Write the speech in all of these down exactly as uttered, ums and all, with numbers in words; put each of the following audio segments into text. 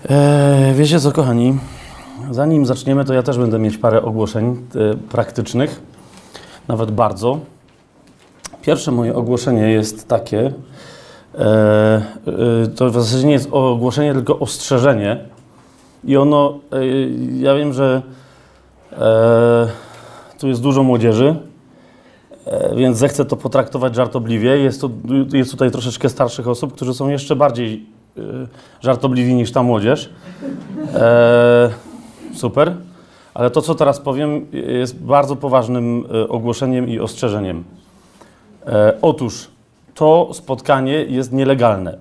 Eee, wiecie co, kochani? Zanim zaczniemy, to ja też będę mieć parę ogłoszeń e, praktycznych, nawet bardzo. Pierwsze moje ogłoszenie jest takie, e, e, to w zasadzie nie jest ogłoszenie, tylko ostrzeżenie. I ono, e, ja wiem, że e, tu jest dużo młodzieży, e, więc zechcę to potraktować żartobliwie. Jest, to, jest tutaj troszeczkę starszych osób, którzy są jeszcze bardziej e, żartobliwi niż ta młodzież. E, super. Ale to, co teraz powiem, jest bardzo poważnym e, ogłoszeniem i ostrzeżeniem. E, otóż to spotkanie jest nielegalne.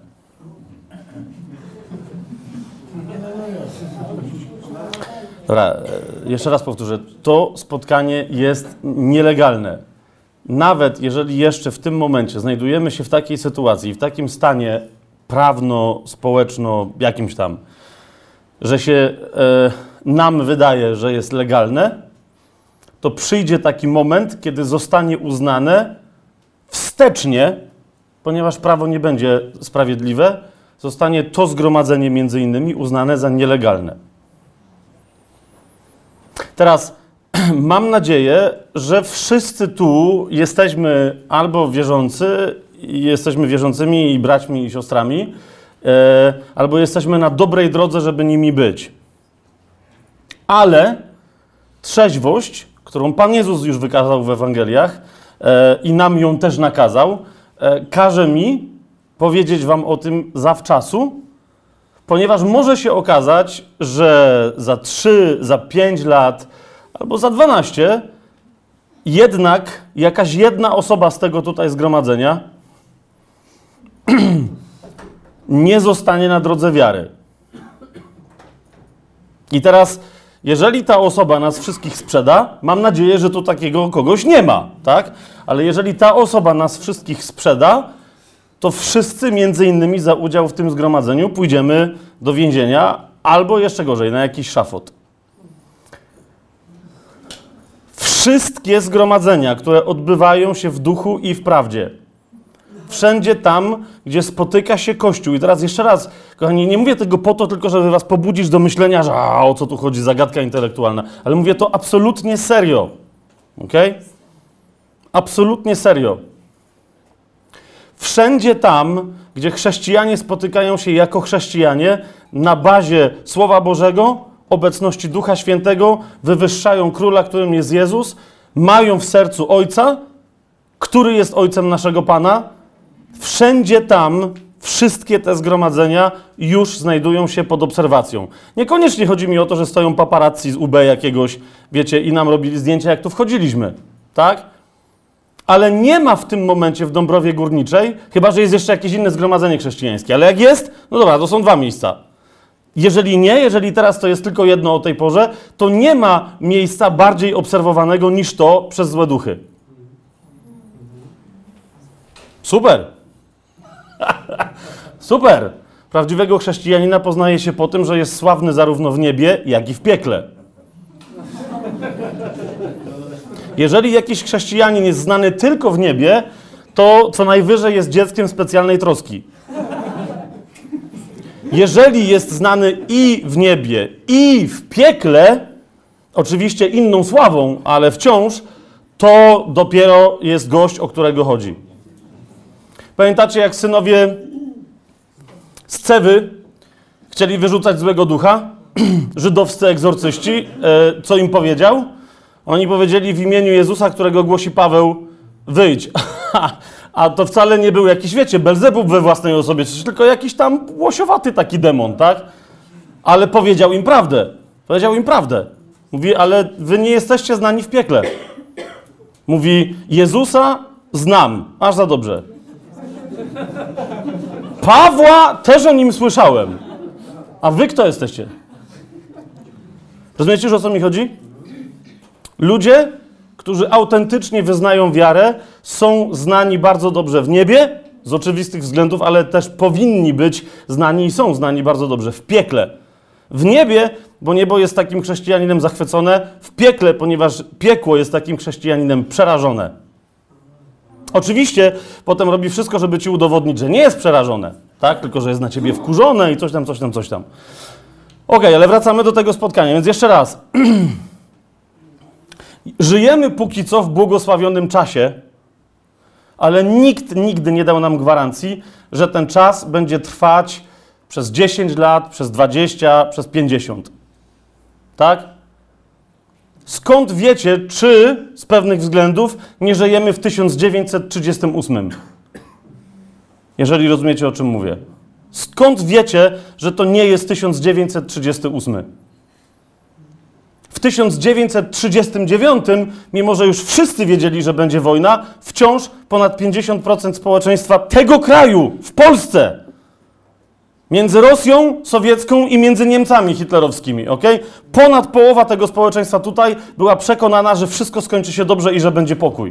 Dobra, e, jeszcze raz powtórzę. To spotkanie jest nielegalne. Nawet jeżeli jeszcze w tym momencie znajdujemy się w takiej sytuacji, w takim stanie prawno-społeczno jakimś tam, że się e, nam wydaje, że jest legalne, to przyjdzie taki moment, kiedy zostanie uznane wstecznie, ponieważ prawo nie będzie sprawiedliwe, zostanie to zgromadzenie między innymi uznane za nielegalne. Teraz mam nadzieję, że wszyscy tu jesteśmy albo wierzący, jesteśmy wierzącymi i braćmi i siostrami, e, albo jesteśmy na dobrej drodze, żeby nimi być. Ale trzeźwość, którą Pan Jezus już wykazał w Ewangeliach e, i nam ją też nakazał, e, każe mi powiedzieć wam o tym zawczasu, ponieważ może się okazać, że za trzy, za pięć lat albo za dwanaście jednak jakaś jedna osoba z tego tutaj zgromadzenia nie zostanie na drodze wiary. I teraz, jeżeli ta osoba nas wszystkich sprzeda, mam nadzieję, że tu takiego kogoś nie ma, tak? Ale jeżeli ta osoba nas wszystkich sprzeda, to wszyscy między innymi za udział w tym zgromadzeniu pójdziemy do więzienia albo jeszcze gorzej, na jakiś szafot. Wszystkie zgromadzenia, które odbywają się w duchu i w prawdzie, wszędzie tam, gdzie spotyka się Kościół. I teraz jeszcze raz, kochani, nie mówię tego po to tylko, żeby was pobudzić do myślenia, że a, o co tu chodzi, zagadka intelektualna, ale mówię to absolutnie serio. Okej? Okay? Absolutnie serio. Wszędzie tam, gdzie chrześcijanie spotykają się jako chrześcijanie, na bazie Słowa Bożego, obecności Ducha Świętego, wywyższają Króla, którym jest Jezus, mają w sercu Ojca, który jest Ojcem naszego Pana. Wszędzie tam, wszystkie te zgromadzenia już znajdują się pod obserwacją. Niekoniecznie chodzi mi o to, że stoją paparazzi z U B jakiegoś, wiecie, i nam robili zdjęcia, jak tu wchodziliśmy, tak? Ale nie ma w tym momencie w Dąbrowie Górniczej, chyba że jest jeszcze jakieś inne zgromadzenie chrześcijańskie. Ale jak jest, no dobra, to są dwa miejsca. Jeżeli nie, jeżeli teraz to jest tylko jedno o tej porze, to nie ma miejsca bardziej obserwowanego niż to przez złe duchy. Super. Super. Prawdziwego chrześcijanina poznaje się po tym, że jest sławny zarówno w niebie, jak i w piekle. Jeżeli jakiś chrześcijanin jest znany tylko w niebie, to co najwyżej jest dzieckiem specjalnej troski. Jeżeli jest znany i w niebie, i w piekle, oczywiście inną sławą, ale wciąż, to dopiero jest gość, o którego chodzi. Pamiętacie, jak synowie z Cewy chcieli wyrzucać złego ducha? Żydowscy egzorcyści, co im powiedział? Oni powiedzieli w imieniu Jezusa, którego głosi Paweł, wyjdź. A to wcale nie był jakiś, wiecie, Belzebub we własnej osobie, tylko jakiś tam łosiowaty taki demon, tak? Ale powiedział im prawdę. Powiedział im prawdę. Mówi, ale wy nie jesteście znani w piekle. Mówi, Jezusa znam. Aż za dobrze. Pawła też o nim słyszałem. A wy kto jesteście? Rozumiecie już, o co mi chodzi? Ludzie, którzy autentycznie wyznają wiarę, są znani bardzo dobrze w niebie, z oczywistych względów, ale też powinni być znani i są znani bardzo dobrze w piekle. W niebie, bo niebo jest takim chrześcijaninem zachwycone, w piekle, ponieważ piekło jest takim chrześcijaninem przerażone. Oczywiście potem robi wszystko, żeby ci udowodnić, że nie jest przerażone, tak? Tylko że jest na ciebie wkurzone i coś tam, coś tam, coś tam. Okej, okay, ale wracamy do tego spotkania, więc jeszcze raz. Żyjemy póki co w błogosławionym czasie, ale nikt nigdy nie dał nam gwarancji, że ten czas będzie trwać przez dziesięć lat, przez dwadzieścia, przez pięćdziesiąt. Tak? Skąd wiecie, czy z pewnych względów nie żyjemy w tysiąc dziewięćset trzydziestym ósmym? Jeżeli rozumiecie, o czym mówię. Skąd wiecie, że to nie jest tysiąc dziewięćset trzydziesty ósmy? W tysiąc dziewięćset trzydziestym dziewiątym, mimo że już wszyscy wiedzieli, że będzie wojna, wciąż ponad pięćdziesiąt procent społeczeństwa tego kraju, w Polsce, między Rosją sowiecką i między Niemcami hitlerowskimi, okej? Ponad połowa tego społeczeństwa tutaj była przekonana, że wszystko skończy się dobrze i że będzie pokój.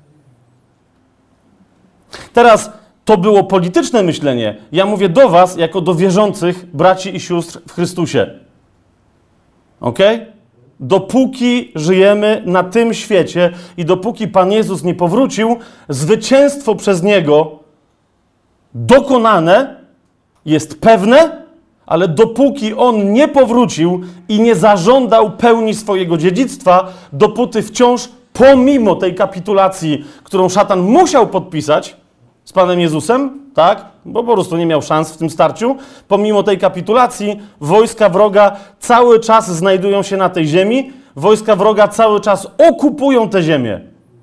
Teraz to było polityczne myślenie. Ja mówię do was, jako do wierzących braci i sióstr w Chrystusie. Okej? Dopóki żyjemy na tym świecie i dopóki Pan Jezus nie powrócił, zwycięstwo przez Niego dokonane jest pewne, ale dopóki On nie powrócił i nie zażądał pełni swojego dziedzictwa, dopóty wciąż, pomimo tej kapitulacji, którą szatan musiał podpisać z Panem Jezusem, tak, bo po prostu nie miał szans w tym starciu, pomimo tej kapitulacji, wojska wroga cały czas znajdują się na tej ziemi, wojska wroga cały czas okupują tę ziemię.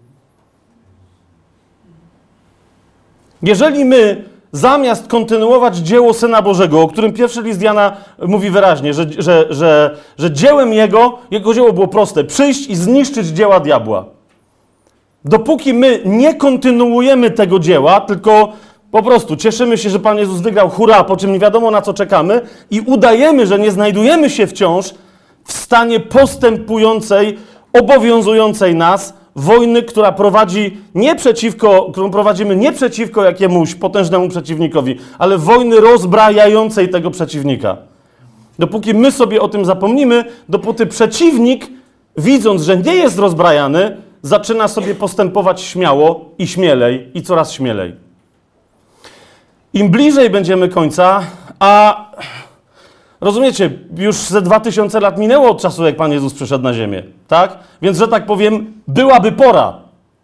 Jeżeli my zamiast kontynuować dzieło Syna Bożego, o którym pierwszy list Jana mówi wyraźnie, że, że, że, że dziełem Jego, Jego dzieło było proste, przyjść i zniszczyć dzieła diabła. Dopóki my nie kontynuujemy tego dzieła, tylko po prostu cieszymy się, że Pan Jezus wygrał, hurra, po czym nie wiadomo na co czekamy i udajemy, że nie znajdujemy się wciąż w stanie postępującej, obowiązującej nas wojny, która prowadzi nie przeciwko, którą prowadzimy nie przeciwko jakiemuś potężnemu przeciwnikowi, ale wojny rozbrajającej tego przeciwnika. Dopóki my sobie o tym zapomnimy, dopóty przeciwnik, widząc, że nie jest rozbrajany, zaczyna sobie postępować śmiało i śmielej i coraz śmielej. Im bliżej będziemy końca, a rozumiecie, już ze dwa tysiące lat minęło od czasu, jak Pan Jezus przyszedł na ziemię, tak? Więc, że tak powiem, byłaby pora.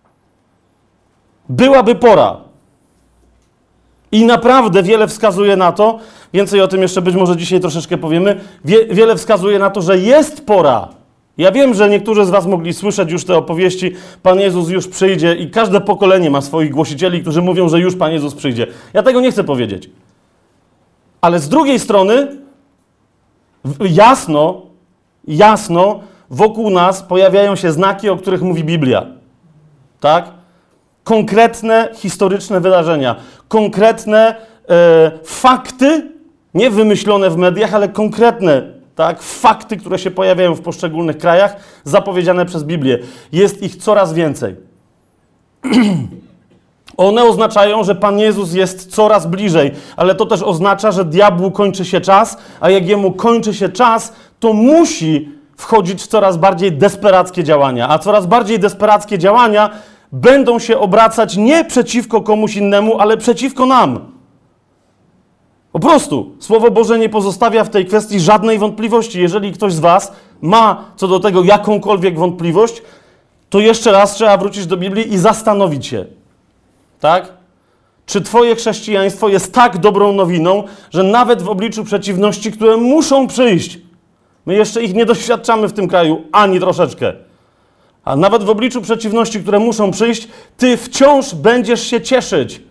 Byłaby pora. I naprawdę wiele wskazuje na to, więcej o tym jeszcze być może dzisiaj troszeczkę powiemy, wie, wiele wskazuje na to, że jest pora. Ja wiem, że niektórzy z was mogli słyszeć już te opowieści, Pan Jezus już przyjdzie i każde pokolenie ma swoich głosicieli, którzy mówią, że już Pan Jezus przyjdzie. Ja tego nie chcę powiedzieć. Ale z drugiej strony jasno, jasno wokół nas pojawiają się znaki, o których mówi Biblia. Tak? Konkretne historyczne wydarzenia, konkretne e, fakty, nie wymyślone w mediach, ale konkretne tak, fakty, które się pojawiają w poszczególnych krajach, zapowiedziane przez Biblię. Jest ich coraz więcej. One oznaczają, że Pan Jezus jest coraz bliżej, ale to też oznacza, że diabłu kończy się czas, a jak jemu kończy się czas, to musi wchodzić w coraz bardziej desperackie działania. A coraz bardziej desperackie działania będą się obracać nie przeciwko komuś innemu, ale przeciwko nam. Po prostu Słowo Boże nie pozostawia w tej kwestii żadnej wątpliwości. Jeżeli ktoś z was ma co do tego jakąkolwiek wątpliwość, to jeszcze raz trzeba wrócić do Biblii i zastanowić się. Tak? Czy twoje chrześcijaństwo jest tak dobrą nowiną, że nawet w obliczu przeciwności, które muszą przyjść, my jeszcze ich nie doświadczamy w tym kraju ani troszeczkę, a nawet w obliczu przeciwności, które muszą przyjść, ty wciąż będziesz się cieszyć.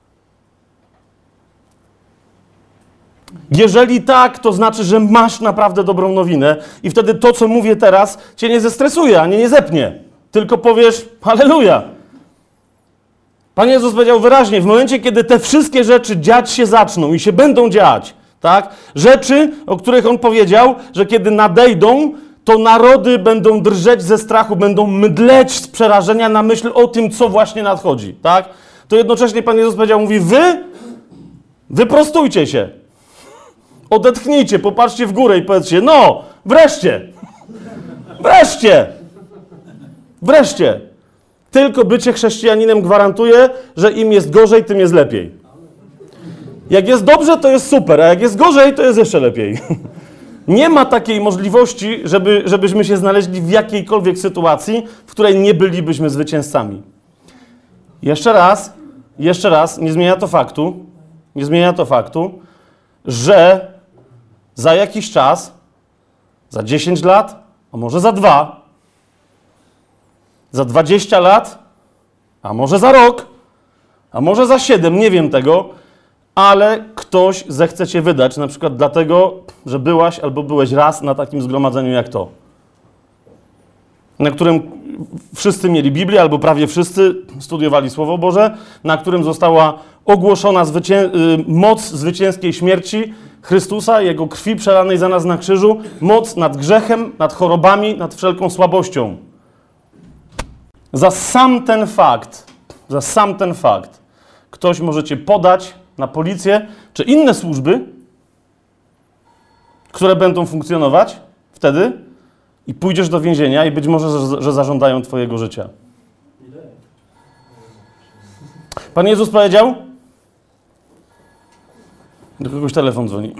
Jeżeli tak, to znaczy, że masz naprawdę dobrą nowinę i wtedy to, co mówię teraz, cię nie zestresuje, ani nie zepnie. Tylko powiesz, halleluja. Pan Jezus powiedział wyraźnie, w momencie, kiedy te wszystkie rzeczy dziać się zaczną i się będą dziać, tak? Rzeczy, o których On powiedział, że kiedy nadejdą, to narody będą drżeć ze strachu, będą mdleć z przerażenia na myśl o tym, co właśnie nadchodzi, tak? To jednocześnie Pan Jezus powiedział, mówi, wy wyprostujcie się. Odetchnijcie, popatrzcie w górę i powiedzcie, no, wreszcie, wreszcie, wreszcie. Tylko bycie chrześcijaninem gwarantuje, że im jest gorzej, tym jest lepiej. Jak jest dobrze, to jest super, a jak jest gorzej, to jest jeszcze lepiej. Nie ma takiej możliwości, żeby, żebyśmy się znaleźli w jakiejkolwiek sytuacji, w której nie bylibyśmy zwycięzcami. Jeszcze raz, jeszcze raz, nie zmienia to faktu, nie zmienia to faktu, że za jakiś czas, za dziesięć lat, a może za dwa, za dwadzieścia lat, a może za rok, a może za siedem, nie wiem tego, ale ktoś zechce cię wydać, na przykład dlatego, że byłaś albo byłeś raz na takim zgromadzeniu jak to, na którym wszyscy mieli Biblię, albo prawie wszyscy studiowali Słowo Boże, na którym została ogłoszona zwycię- moc zwycięskiej śmierci Chrystusa, Jego krwi przelanej za nas na krzyżu, moc nad grzechem, nad chorobami, nad wszelką słabością. Za sam ten fakt, za sam ten fakt, ktoś może cię podać na policję, czy inne służby, które będą funkcjonować wtedy i pójdziesz do więzienia i być może, że, że zażądają twojego życia. Pan Jezus powiedział? Do kogoś telefon dzwoni.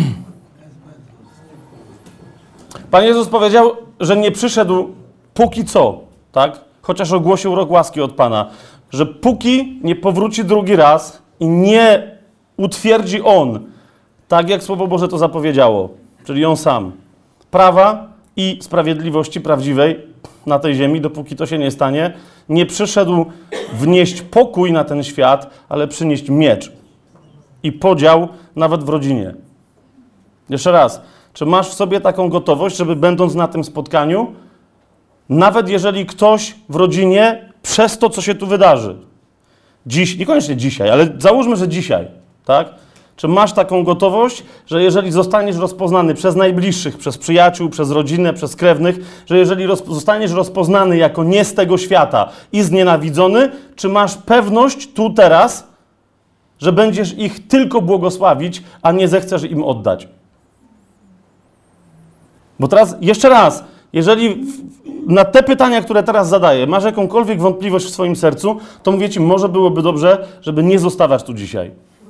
Pan Jezus powiedział, że nie przyszedł póki co, tak? Chociaż ogłosił rok łaski od Pana, że póki nie powróci drugi raz i nie utwierdzi On, tak jak Słowo Boże to zapowiedziało, czyli On sam, prawa i sprawiedliwości prawdziwej na tej ziemi, dopóki to się nie stanie, nie przyszedł wnieść pokój na ten świat, ale przynieść miecz i podział nawet w rodzinie. Jeszcze raz, czy masz w sobie taką gotowość, żeby będąc na tym spotkaniu, nawet jeżeli ktoś w rodzinie przez to, co się tu wydarzy, dziś, niekoniecznie dzisiaj, ale załóżmy, że dzisiaj, tak? Czy masz taką gotowość, że jeżeli zostaniesz rozpoznany przez najbliższych, przez przyjaciół, przez rodzinę, przez krewnych, że jeżeli roz, zostaniesz rozpoznany jako nie z tego świata i znienawidzony, czy masz pewność tu teraz, że będziesz ich tylko błogosławić, a nie zechcesz im oddać? Bo teraz, jeszcze raz, jeżeli na te pytania, które teraz zadaję, masz jakąkolwiek wątpliwość w swoim sercu, to mówię ci, może byłoby dobrze, żeby nie zostawać tu dzisiaj.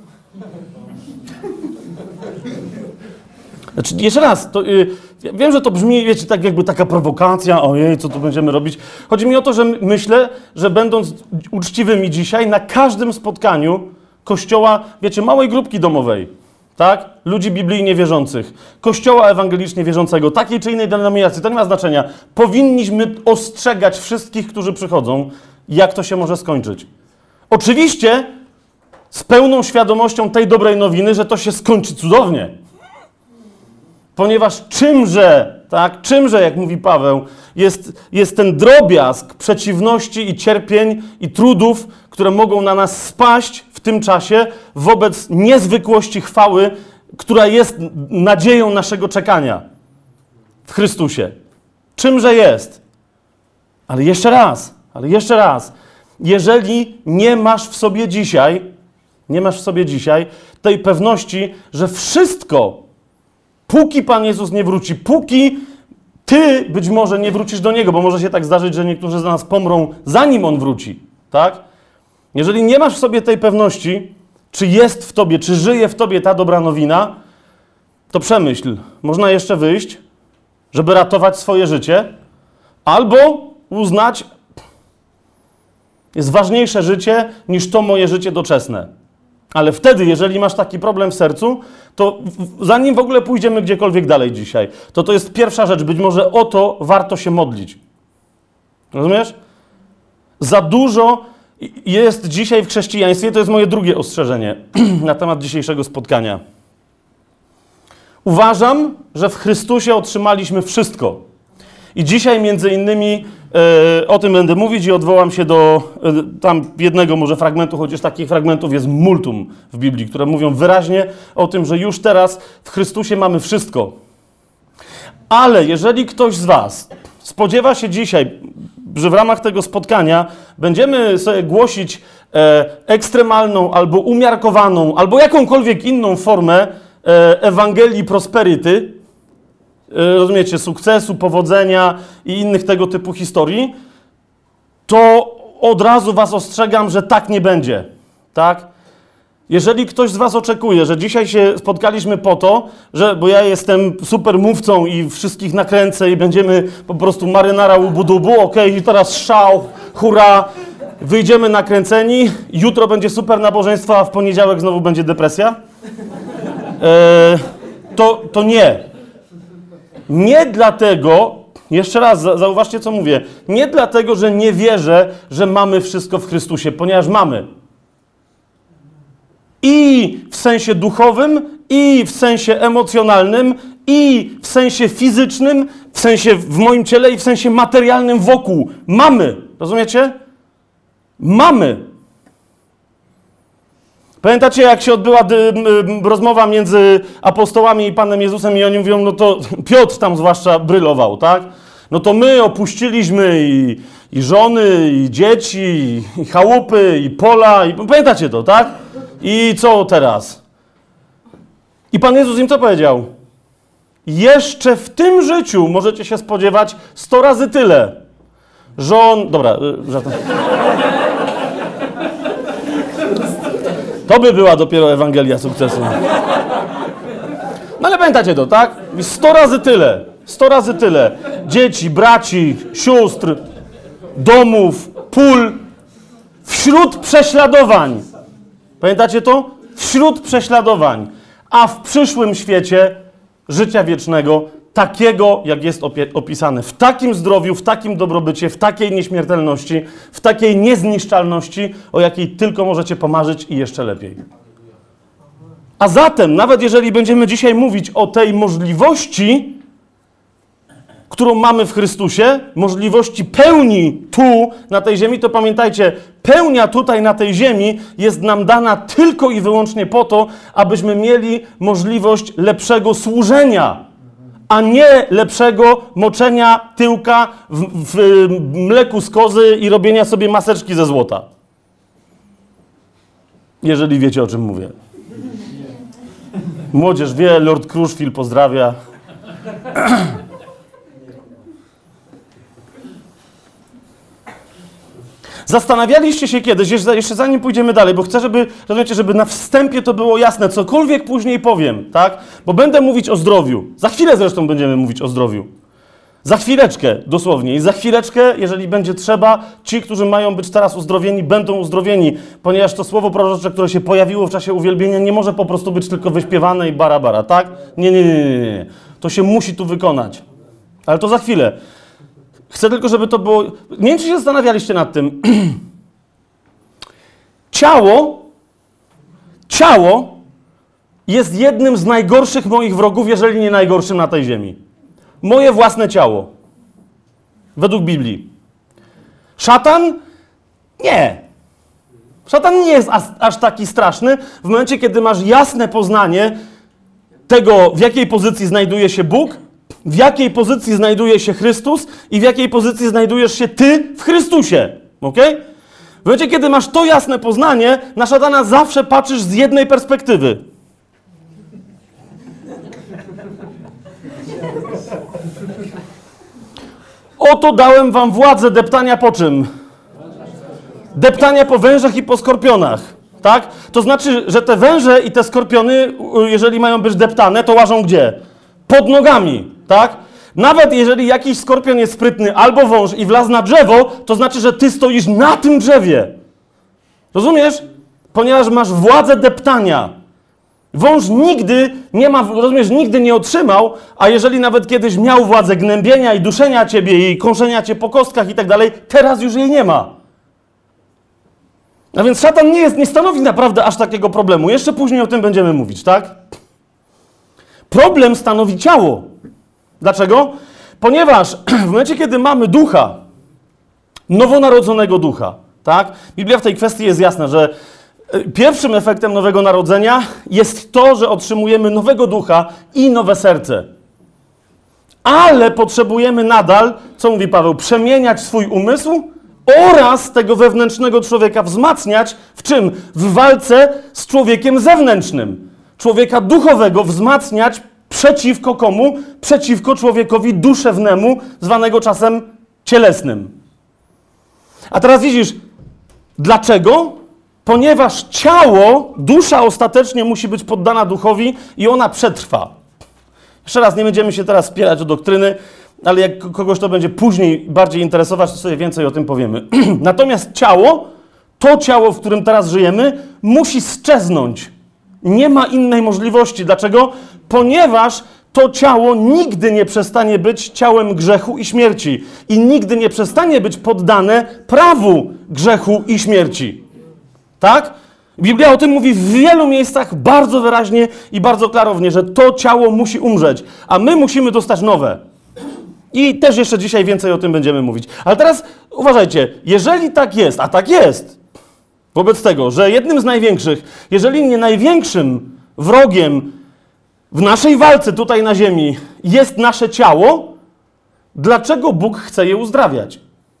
Znaczy, jeszcze raz, to, yy, ja wiem, że to brzmi, wiecie, tak jakby taka prowokacja, ojej, co tu będziemy robić. Chodzi mi o to, że myślę, że będąc uczciwymi dzisiaj, na każdym spotkaniu Kościoła, wiecie, małej grupki domowej, tak? Ludzi biblijnie wierzących, Kościoła ewangelicznie wierzącego, takiej czy innej denominacji, to nie ma znaczenia. Powinniśmy ostrzegać wszystkich, którzy przychodzą, jak to się może skończyć. Oczywiście z pełną świadomością tej dobrej nowiny, że to się skończy cudownie. Ponieważ czymże, tak, czymże, jak mówi Paweł, jest, jest ten drobiazg przeciwności i cierpień i trudów, które mogą na nas spaść w tym czasie wobec niezwykłości chwały, która jest nadzieją naszego czekania w Chrystusie. Czymże jest? Ale jeszcze raz, ale jeszcze raz, jeżeli nie masz w sobie dzisiaj, nie masz w sobie dzisiaj tej pewności, że wszystko, póki Pan Jezus nie wróci, póki ty być może nie wrócisz do Niego, bo może się tak zdarzyć, że niektórzy z nas pomrą, zanim On wróci, tak? Jeżeli nie masz w sobie tej pewności, czy jest w tobie, czy żyje w tobie ta dobra nowina, to przemyśl, można jeszcze wyjść, żeby ratować swoje życie, albo uznać, jest ważniejsze życie niż to moje życie doczesne. Ale wtedy, jeżeli masz taki problem w sercu, to w, zanim w ogóle pójdziemy gdziekolwiek dalej dzisiaj, to to jest pierwsza rzecz. Być może o to warto się modlić. Rozumiesz? Za dużo jest dzisiaj w chrześcijaństwie, to jest moje drugie ostrzeżenie na temat dzisiejszego spotkania. Uważam, że w Chrystusie otrzymaliśmy wszystko. I dzisiaj między innymi e, o tym będę mówić i odwołam się do e, tam jednego może fragmentu, chociaż takich fragmentów jest multum w Biblii, które mówią wyraźnie o tym, że już teraz w Chrystusie mamy wszystko. Ale jeżeli ktoś z was spodziewa się dzisiaj, że w ramach tego spotkania będziemy sobie głosić e, ekstremalną albo umiarkowaną, albo jakąkolwiek inną formę e, Ewangelii Prosperity, rozumiecie, sukcesu, powodzenia i innych tego typu historii, to od razu was ostrzegam, że tak nie będzie, tak? Jeżeli ktoś z was oczekuje, że dzisiaj się spotkaliśmy po to, że, bo ja jestem super mówcą i wszystkich nakręcę i będziemy po prostu marynara łubu-dubu, okej, i teraz szał, hurra, wyjdziemy nakręceni, jutro będzie super nabożeństwo, a w poniedziałek znowu będzie depresja, e, to, to nie. Nie dlatego, jeszcze raz zauważcie, co mówię, nie dlatego, że nie wierzę, że mamy wszystko w Chrystusie, ponieważ mamy. I w sensie duchowym, i w sensie emocjonalnym, i w sensie fizycznym, w sensie w moim ciele, i w sensie materialnym wokół. Mamy. Rozumiecie? Mamy. Pamiętacie, jak się odbyła dy, y, rozmowa między apostołami i Panem Jezusem i oni mówią, no to Piotr tam zwłaszcza brylował, tak? No to my opuściliśmy i, i żony, i dzieci, i, i chałupy, i pola, i pamiętacie to, tak? I co teraz? I Pan Jezus im co powiedział? Jeszcze w tym życiu możecie się spodziewać sto razy tyle. Żon... Dobra, żartem. To by była dopiero Ewangelia sukcesu. No ale pamiętacie to, tak? Sto razy tyle. Sto razy tyle. Dzieci, braci, sióstr, domów, pól. Wśród prześladowań. Pamiętacie to? Wśród prześladowań. A w przyszłym świecie życia wiecznego, takiego, jak jest opisane. W takim zdrowiu, w takim dobrobycie, w takiej nieśmiertelności, w takiej niezniszczalności, o jakiej tylko możecie pomarzyć i jeszcze lepiej. A zatem, nawet jeżeli będziemy dzisiaj mówić o tej możliwości, którą mamy w Chrystusie, możliwości pełni tu, na tej ziemi, to pamiętajcie, pełnia tutaj na tej ziemi jest nam dana tylko i wyłącznie po to, abyśmy mieli możliwość lepszego służenia, a nie lepszego moczenia tyłka w, w mleku z kozy i robienia sobie maseczki ze złota. Jeżeli wiecie, o czym mówię. Młodzież wie, Lord Crushfield pozdrawia. Zastanawialiście się kiedyś, jeszcze zanim pójdziemy dalej, bo chcę, żeby, rozumiecie, żeby na wstępie to było jasne, cokolwiek później powiem, tak? Bo będę mówić o zdrowiu. Za chwilę zresztą będziemy mówić o zdrowiu. Za chwileczkę, dosłownie. I za chwileczkę, jeżeli będzie trzeba, ci, którzy mają być teraz uzdrowieni, będą uzdrowieni, ponieważ to słowo prorocze, które się pojawiło w czasie uwielbienia, nie może po prostu być tylko wyśpiewane i bara, bara, tak? Nie, nie, nie, nie, nie. To się musi tu wykonać. Ale to za chwilę. Chcę tylko, żeby to było... Nie wiem, czy się zastanawialiście nad tym. Ciało, ciało jest jednym z najgorszych moich wrogów, jeżeli nie najgorszym na tej ziemi. Moje własne ciało. Według Biblii. Szatan? Nie. Szatan nie jest aż, aż taki straszny w momencie, kiedy masz jasne poznanie tego, w jakiej pozycji znajduje się Bóg, w jakiej pozycji znajduje się Chrystus i w jakiej pozycji znajdujesz się ty w Chrystusie. Okej? W momencie, kiedy masz to jasne poznanie, na szatana zawsze patrzysz z jednej perspektywy. Oto dałem wam władzę deptania po czym? Deptania po wężach i po skorpionach. Tak? To znaczy, że te węże i te skorpiony, jeżeli mają być deptane, to łażą gdzie? Pod nogami. Tak? Nawet jeżeli jakiś skorpion jest sprytny albo wąż i wlazł na drzewo, to znaczy, że ty stoisz na tym drzewie. Rozumiesz? Ponieważ masz władzę deptania. Wąż nigdy nie ma, rozumiesz, nigdy nie otrzymał, a jeżeli nawet kiedyś miał władzę gnębienia i duszenia ciebie i kąszenia cię po kostkach i tak dalej, teraz już jej nie ma. A więc szatan nie jest, nie stanowi naprawdę aż takiego problemu. Jeszcze później o tym będziemy mówić, tak? Problem stanowi ciało. Dlaczego? Ponieważ w momencie, kiedy mamy ducha, nowonarodzonego ducha, tak? Biblia w tej kwestii jest jasna, że pierwszym efektem nowego narodzenia jest to, że otrzymujemy nowego ducha i nowe serce. Ale potrzebujemy nadal, co mówi Paweł, przemieniać swój umysł oraz tego wewnętrznego człowieka wzmacniać w czym? W walce z człowiekiem zewnętrznym. Człowieka duchowego wzmacniać przeciwko komu? Przeciwko człowiekowi duszewnemu, zwanego czasem cielesnym. A teraz widzisz, dlaczego? Ponieważ ciało, dusza ostatecznie musi być poddana duchowi i ona przetrwa. Jeszcze raz, nie będziemy się teraz spierać o doktryny, ale jak kogoś to będzie później bardziej interesować, to sobie więcej o tym powiemy. Natomiast ciało, to ciało, w którym teraz żyjemy, musi szczeznąć. Nie ma innej możliwości. Dlaczego? Ponieważ to ciało nigdy nie przestanie być ciałem grzechu i śmierci. I nigdy nie przestanie być poddane prawu grzechu i śmierci. Tak? Biblia o tym mówi w wielu miejscach bardzo wyraźnie i bardzo klarownie, że to ciało musi umrzeć, a my musimy dostać nowe. I też jeszcze dzisiaj więcej o tym będziemy mówić. Ale teraz uważajcie, jeżeli tak jest, a tak jest, wobec tego, że jednym z największych, jeżeli nie największym wrogiem w naszej walce tutaj na ziemi jest nasze ciało, dlaczego Bóg chce je uzdrawiać?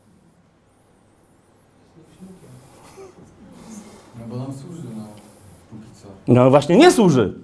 No bo nam służy, no, póki co. No właśnie nie służy.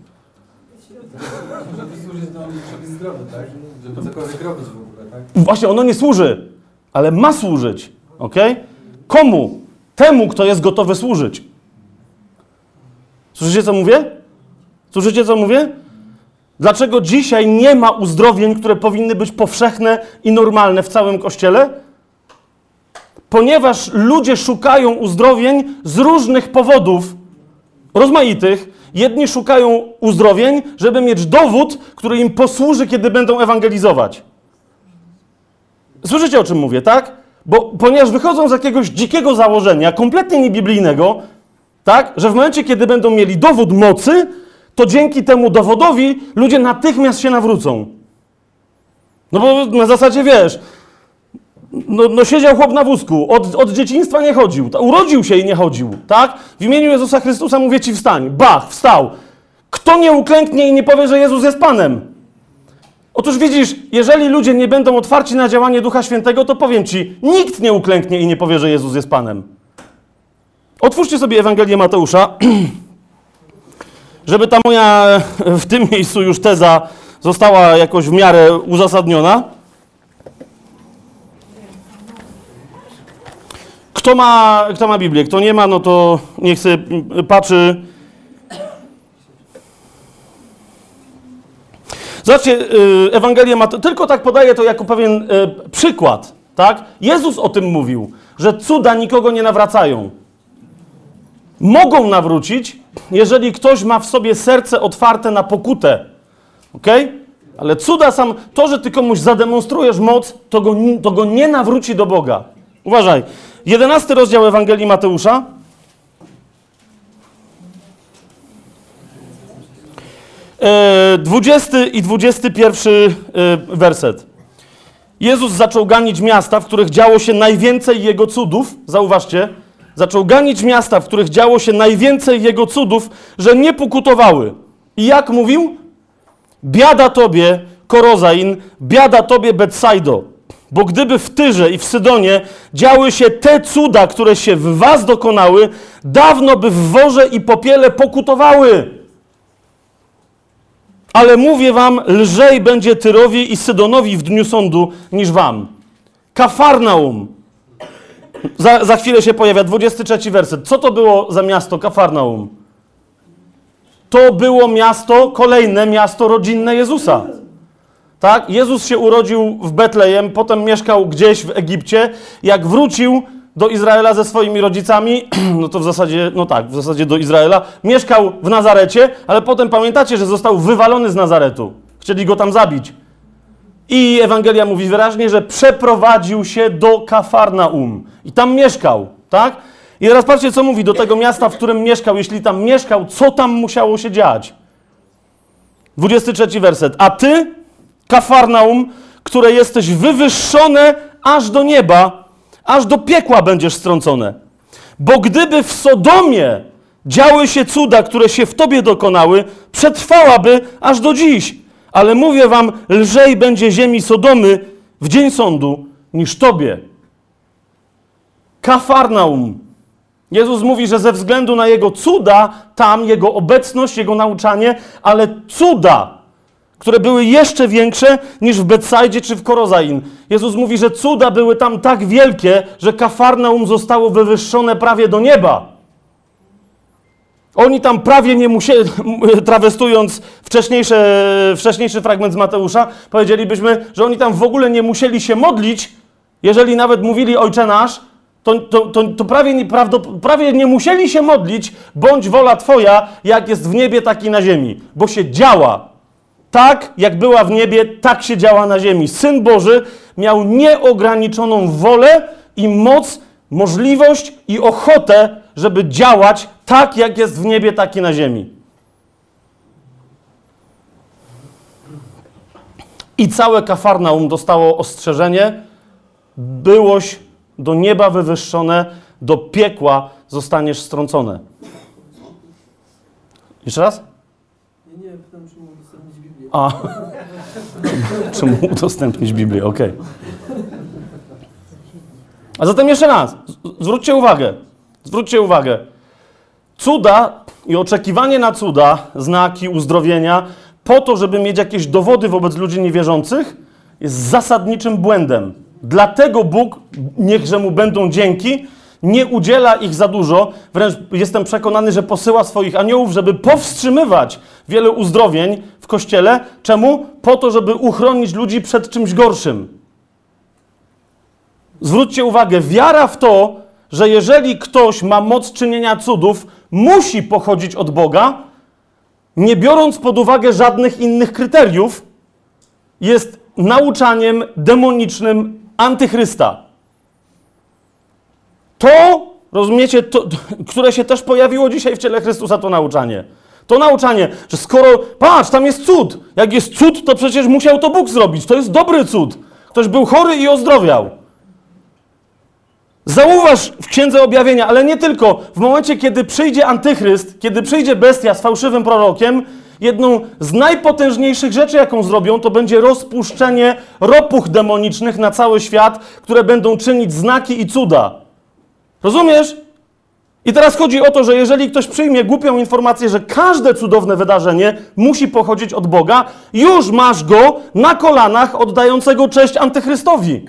Żeby służyć nam, żeby być zdrowy, tak? Żeby cokolwiek robić w ogóle, tak? Właśnie ono nie służy, ale ma służyć. Okej? Komu? Temu, kto jest gotowy służyć. Słyszycie, co mówię? Słyszycie, co mówię? Dlaczego dzisiaj nie ma uzdrowień, które powinny być powszechne i normalne w całym Kościele? Ponieważ ludzie szukają uzdrowień z różnych powodów, rozmaitych. Jedni szukają uzdrowień, żeby mieć dowód, który im posłuży, kiedy będą ewangelizować. Słyszycie, o czym mówię, tak? Bo ponieważ wychodzą z jakiegoś dzikiego założenia, kompletnie niebiblijnego, tak? Że w momencie, kiedy będą mieli dowód mocy, to dzięki temu dowodowi ludzie natychmiast się nawrócą. No bo na zasadzie, wiesz, no, no siedział chłop na wózku, od, od dzieciństwa nie chodził, urodził się i nie chodził, tak? W imieniu Jezusa Chrystusa mówię ci wstań, bach, wstał. Kto nie uklęknie i nie powie, że Jezus jest Panem? Otóż widzisz, jeżeli ludzie nie będą otwarci na działanie Ducha Świętego, to powiem ci, nikt nie uklęknie i nie powie, że Jezus jest Panem. Otwórzcie sobie Ewangelię Mateusza, żeby ta moja w tym miejscu już teza została jakoś w miarę uzasadniona. Kto ma, kto ma Biblię? Kto nie ma, no to niech sobie patrzy. Zobaczcie, Ewangelię Mateusza, tylko tak podaję to jako pewien przykład, tak? Jezus o tym mówił, że cuda nikogo nie nawracają. Mogą nawrócić, jeżeli ktoś ma w sobie serce otwarte na pokutę, okej? Okay? Ale cuda sam, to, że ty komuś zademonstrujesz moc, to go, to go nie nawróci do Boga. Uważaj. Jedenasty rozdział Ewangelii Mateusza. Dwudziesty i dwudziesty pierwszy werset. Jezus zaczął ganić miasta, w których działo się najwięcej Jego cudów. Zauważcie. Zaczął ganić miasta, w których działo się najwięcej Jego cudów, że nie pokutowały. I jak mówił? Biada tobie, Korozain, biada tobie, Betsaido. Bo gdyby w Tyrze i w Sydonie działy się te cuda, które się w was dokonały, dawno by w worze i popiele pokutowały. Ale mówię wam, lżej będzie Tyrowi i Sydonowi w dniu sądu niż wam. Kafarnaum. Za, za chwilę się pojawia dwudziesty trzeci werset. Co to było za miasto Kafarnaum? To było miasto, kolejne miasto rodzinne Jezusa. Tak? Jezus się urodził w Betlejem, potem mieszkał gdzieś w Egipcie. Jak wrócił do Izraela ze swoimi rodzicami, no to w zasadzie, no tak, w zasadzie do Izraela, mieszkał w Nazarecie, ale potem pamiętacie, że został wywalony z Nazaretu. Chcieli go tam zabić. I Ewangelia mówi wyraźnie, że przeprowadził się do Kafarnaum. I tam mieszkał, tak? I teraz patrzcie, co mówi do tego miasta, w którym mieszkał. Jeśli tam mieszkał, co tam musiało się dziać? dwudziesty trzeci werset. A ty, Kafarnaum, które jesteś wywyższone aż do nieba, aż do piekła będziesz strącone. Bo gdyby w Sodomie działy się cuda, które się w tobie dokonały, przetrwałaby aż do dziś. Ale mówię wam, lżej będzie ziemi Sodomy w dzień sądu niż tobie. Kafarnaum. Jezus mówi, że ze względu na Jego cuda, tam Jego obecność, Jego nauczanie, ale cuda, które były jeszcze większe niż w Betsaidzie czy w Korozain. Jezus mówi, że cuda były tam tak wielkie, że Kafarnaum zostało wywyższone prawie do nieba. Oni tam prawie nie musieli, trawestując wcześniejsze, wcześniejszy fragment z Mateusza, powiedzielibyśmy, że oni tam w ogóle nie musieli się modlić, jeżeli nawet mówili Ojcze Nasz, to, to, to, to prawie, nie, prawie nie musieli się modlić, bądź wola Twoja, jak jest w niebie, tak i na ziemi, bo się działa. Tak, jak była w niebie, tak się działa na ziemi. Syn Boży miał nieograniczoną wolę i moc, możliwość i ochotę, żeby działać tak, jak jest w niebie, tak i na ziemi. I całe Kafarnaum dostało ostrzeżenie: byłoś do nieba wywyższone, do piekła zostaniesz strącone. Jeszcze raz? Nie, nie, pytam, czy mógł udostępnić Biblię. A, czemu udostępnić Biblię? Okej. Okay. A zatem jeszcze raz, zwróćcie uwagę, zwróćcie uwagę. Cuda i oczekiwanie na cuda, znaki, uzdrowienia, po to, żeby mieć jakieś dowody wobec ludzi niewierzących, jest zasadniczym błędem. Dlatego Bóg, niechże mu będą dzięki, nie udziela ich za dużo. Wręcz jestem przekonany, że posyła swoich aniołów, żeby powstrzymywać wiele uzdrowień w Kościele. Czemu? Po to, żeby uchronić ludzi przed czymś gorszym. Zwróćcie uwagę, wiara w to, że jeżeli ktoś ma moc czynienia cudów, musi pochodzić od Boga, nie biorąc pod uwagę żadnych innych kryteriów, jest nauczaniem demonicznym antychrysta. To, rozumiecie, to, które się też pojawiło dzisiaj w ciele Chrystusa, to nauczanie. To nauczanie, że skoro, patrz, tam jest cud. Jak jest cud, to przecież musiał to Bóg zrobić. To jest dobry cud. Ktoś był chory i ozdrowiał. Zauważ w Księdze Objawienia, ale nie tylko. W momencie, kiedy przyjdzie antychryst, kiedy przyjdzie bestia z fałszywym prorokiem, jedną z najpotężniejszych rzeczy, jaką zrobią, to będzie rozpuszczenie ropuch demonicznych na cały świat, które będą czynić znaki i cuda. Rozumiesz? I teraz chodzi o to, że jeżeli ktoś przyjmie głupią informację, że każde cudowne wydarzenie musi pochodzić od Boga, już masz go na kolanach oddającego cześć antychrystowi.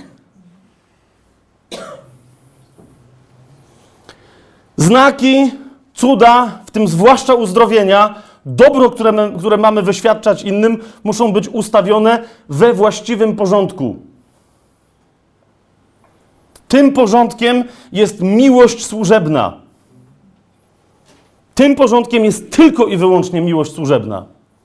Znaki, cuda, w tym zwłaszcza uzdrowienia, dobro, które, my, które mamy wyświadczać innym, muszą być ustawione we właściwym porządku. Tym porządkiem jest miłość służebna. Tym porządkiem jest tylko i wyłącznie miłość służebna.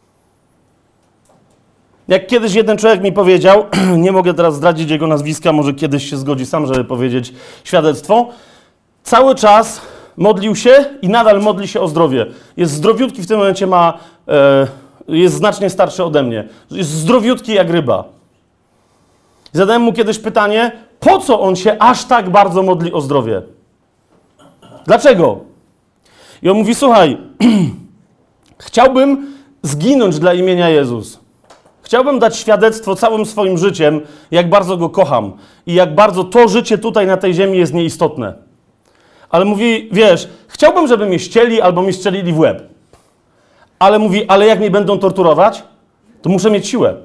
Jak kiedyś jeden człowiek mi powiedział, nie mogę teraz zdradzić jego nazwiska, może kiedyś się zgodzi sam, żeby powiedzieć świadectwo, cały czas modlił się i nadal modli się o zdrowie. Jest zdrowiutki, w tym momencie ma, e, jest znacznie starszy ode mnie. Jest zdrowiutki jak ryba. Zadałem mu kiedyś pytanie, po co on się aż tak bardzo modli o zdrowie? Dlaczego? I on mówi, słuchaj, chciałbym zginąć dla imienia Jezus. Chciałbym dać świadectwo całym swoim życiem, jak bardzo Go kocham i jak bardzo to życie tutaj na tej ziemi jest nieistotne. Ale mówi, wiesz, chciałbym, żeby mnie ścieli albo mi strzelili w łeb. Ale mówi, ale jak mnie będą torturować, to muszę mieć siłę.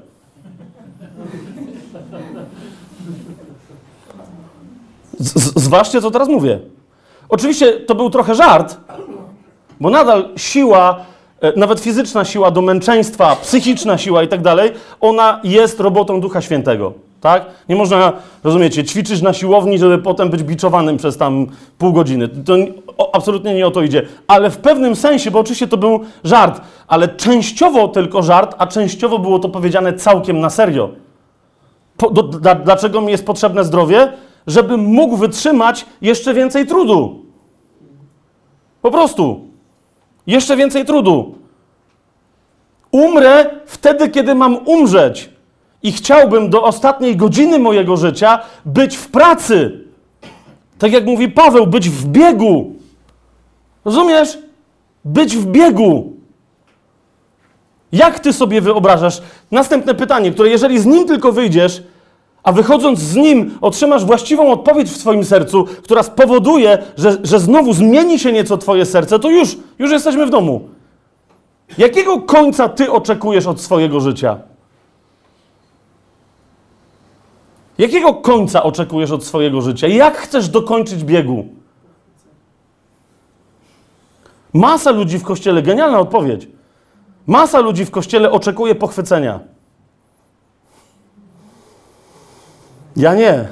Z- z- zważcie, co teraz mówię. Oczywiście to był trochę żart, bo nadal siła, e, nawet fizyczna siła do męczeństwa, psychiczna siła i tak dalej, ona jest robotą Ducha Świętego. Tak? Nie można, rozumiecie, ćwiczyć na siłowni, żeby potem być biczowanym przez tam pół godziny. To o, absolutnie nie o to idzie. Ale w pewnym sensie, bo oczywiście to był żart, ale częściowo tylko żart, a częściowo było to powiedziane całkiem na serio. Po, do, dla, dlaczego mi jest potrzebne zdrowie? Żebym mógł wytrzymać jeszcze więcej trudu. Po prostu. Jeszcze więcej trudu. Umrę wtedy, kiedy mam umrzeć. I chciałbym do ostatniej godziny mojego życia być w pracy. Tak jak mówi Paweł, być w biegu. Rozumiesz? Być w biegu. Jak ty sobie wyobrażasz? Następne pytanie, które jeżeli z nim tylko wyjdziesz, a wychodząc z nim otrzymasz właściwą odpowiedź w swoim sercu, która spowoduje, że, że znowu zmieni się nieco twoje serce, to już, już jesteśmy w domu. Jakiego końca ty oczekujesz od swojego życia? Jakiego końca oczekujesz od swojego życia? Jak chcesz dokończyć biegu? Masa ludzi w Kościele, genialna odpowiedź. Masa ludzi w Kościele oczekuje pochwycenia. Ja nie.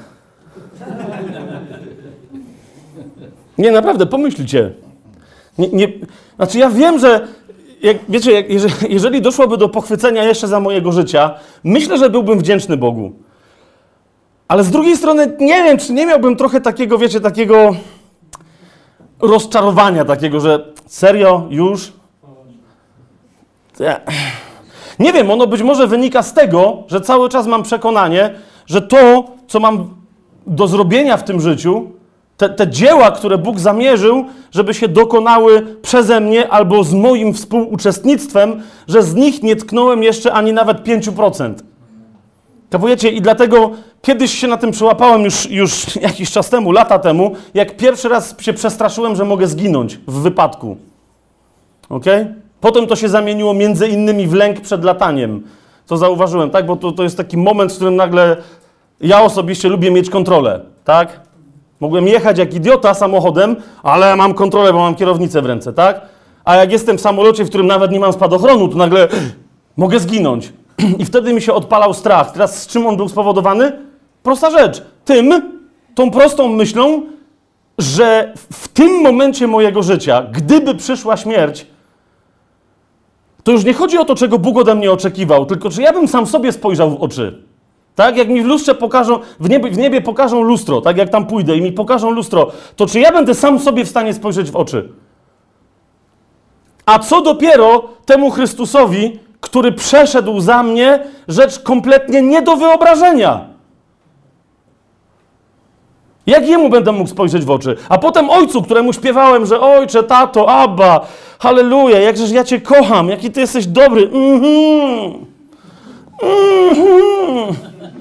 Nie, naprawdę, pomyślcie. Nie, nie, znaczy ja wiem, że jak, wiecie, jak, jeżeli, jeżeli doszłoby do pochwycenia jeszcze za mojego życia, myślę, że byłbym wdzięczny Bogu. Ale z drugiej strony nie wiem, czy nie miałbym trochę takiego, wiecie, takiego rozczarowania takiego, że serio, już? Ja. Nie wiem, ono być może wynika z tego, że cały czas mam przekonanie, że to, co mam do zrobienia w tym życiu, te, te dzieła, które Bóg zamierzył, żeby się dokonały przeze mnie albo z moim współuczestnictwem, że z nich nie tknąłem jeszcze ani nawet pięć procent. Kapujecie? I dlatego kiedyś się na tym przyłapałem już, już jakiś czas temu, lata temu, jak pierwszy raz się przestraszyłem, że mogę zginąć w wypadku. Okej? Okay? Potem to się zamieniło między innymi w lęk przed lataniem. To zauważyłem, tak? Bo to, to jest taki moment, w którym nagle ja osobiście lubię mieć kontrolę, tak? Mogłem jechać jak idiota samochodem, ale mam kontrolę, bo mam kierownicę w ręce, tak? A jak jestem w samolocie, w którym nawet nie mam spadochronu, to nagle mogę zginąć. I wtedy mi się odpalał strach. Teraz z czym on był spowodowany? Prosta rzecz. Tym, tą prostą myślą, że w tym momencie mojego życia, gdyby przyszła śmierć, to już nie chodzi o to, czego Bóg ode mnie oczekiwał, tylko czy ja bym sam sobie spojrzał w oczy. Tak? Jak mi w lustrze pokażą, w niebie, w niebie pokażą lustro, tak jak tam pójdę i mi pokażą lustro, to czy ja będę sam sobie w stanie spojrzeć w oczy? A co dopiero temu Chrystusowi, który przeszedł za mnie rzecz kompletnie nie do wyobrażenia. Jak jemu będę mógł spojrzeć w oczy? A potem ojcu, któremu śpiewałem, że ojcze, tato, Abba, halleluja, jakżeż ja cię kocham, jaki ty jesteś dobry. Mhm. Mhm.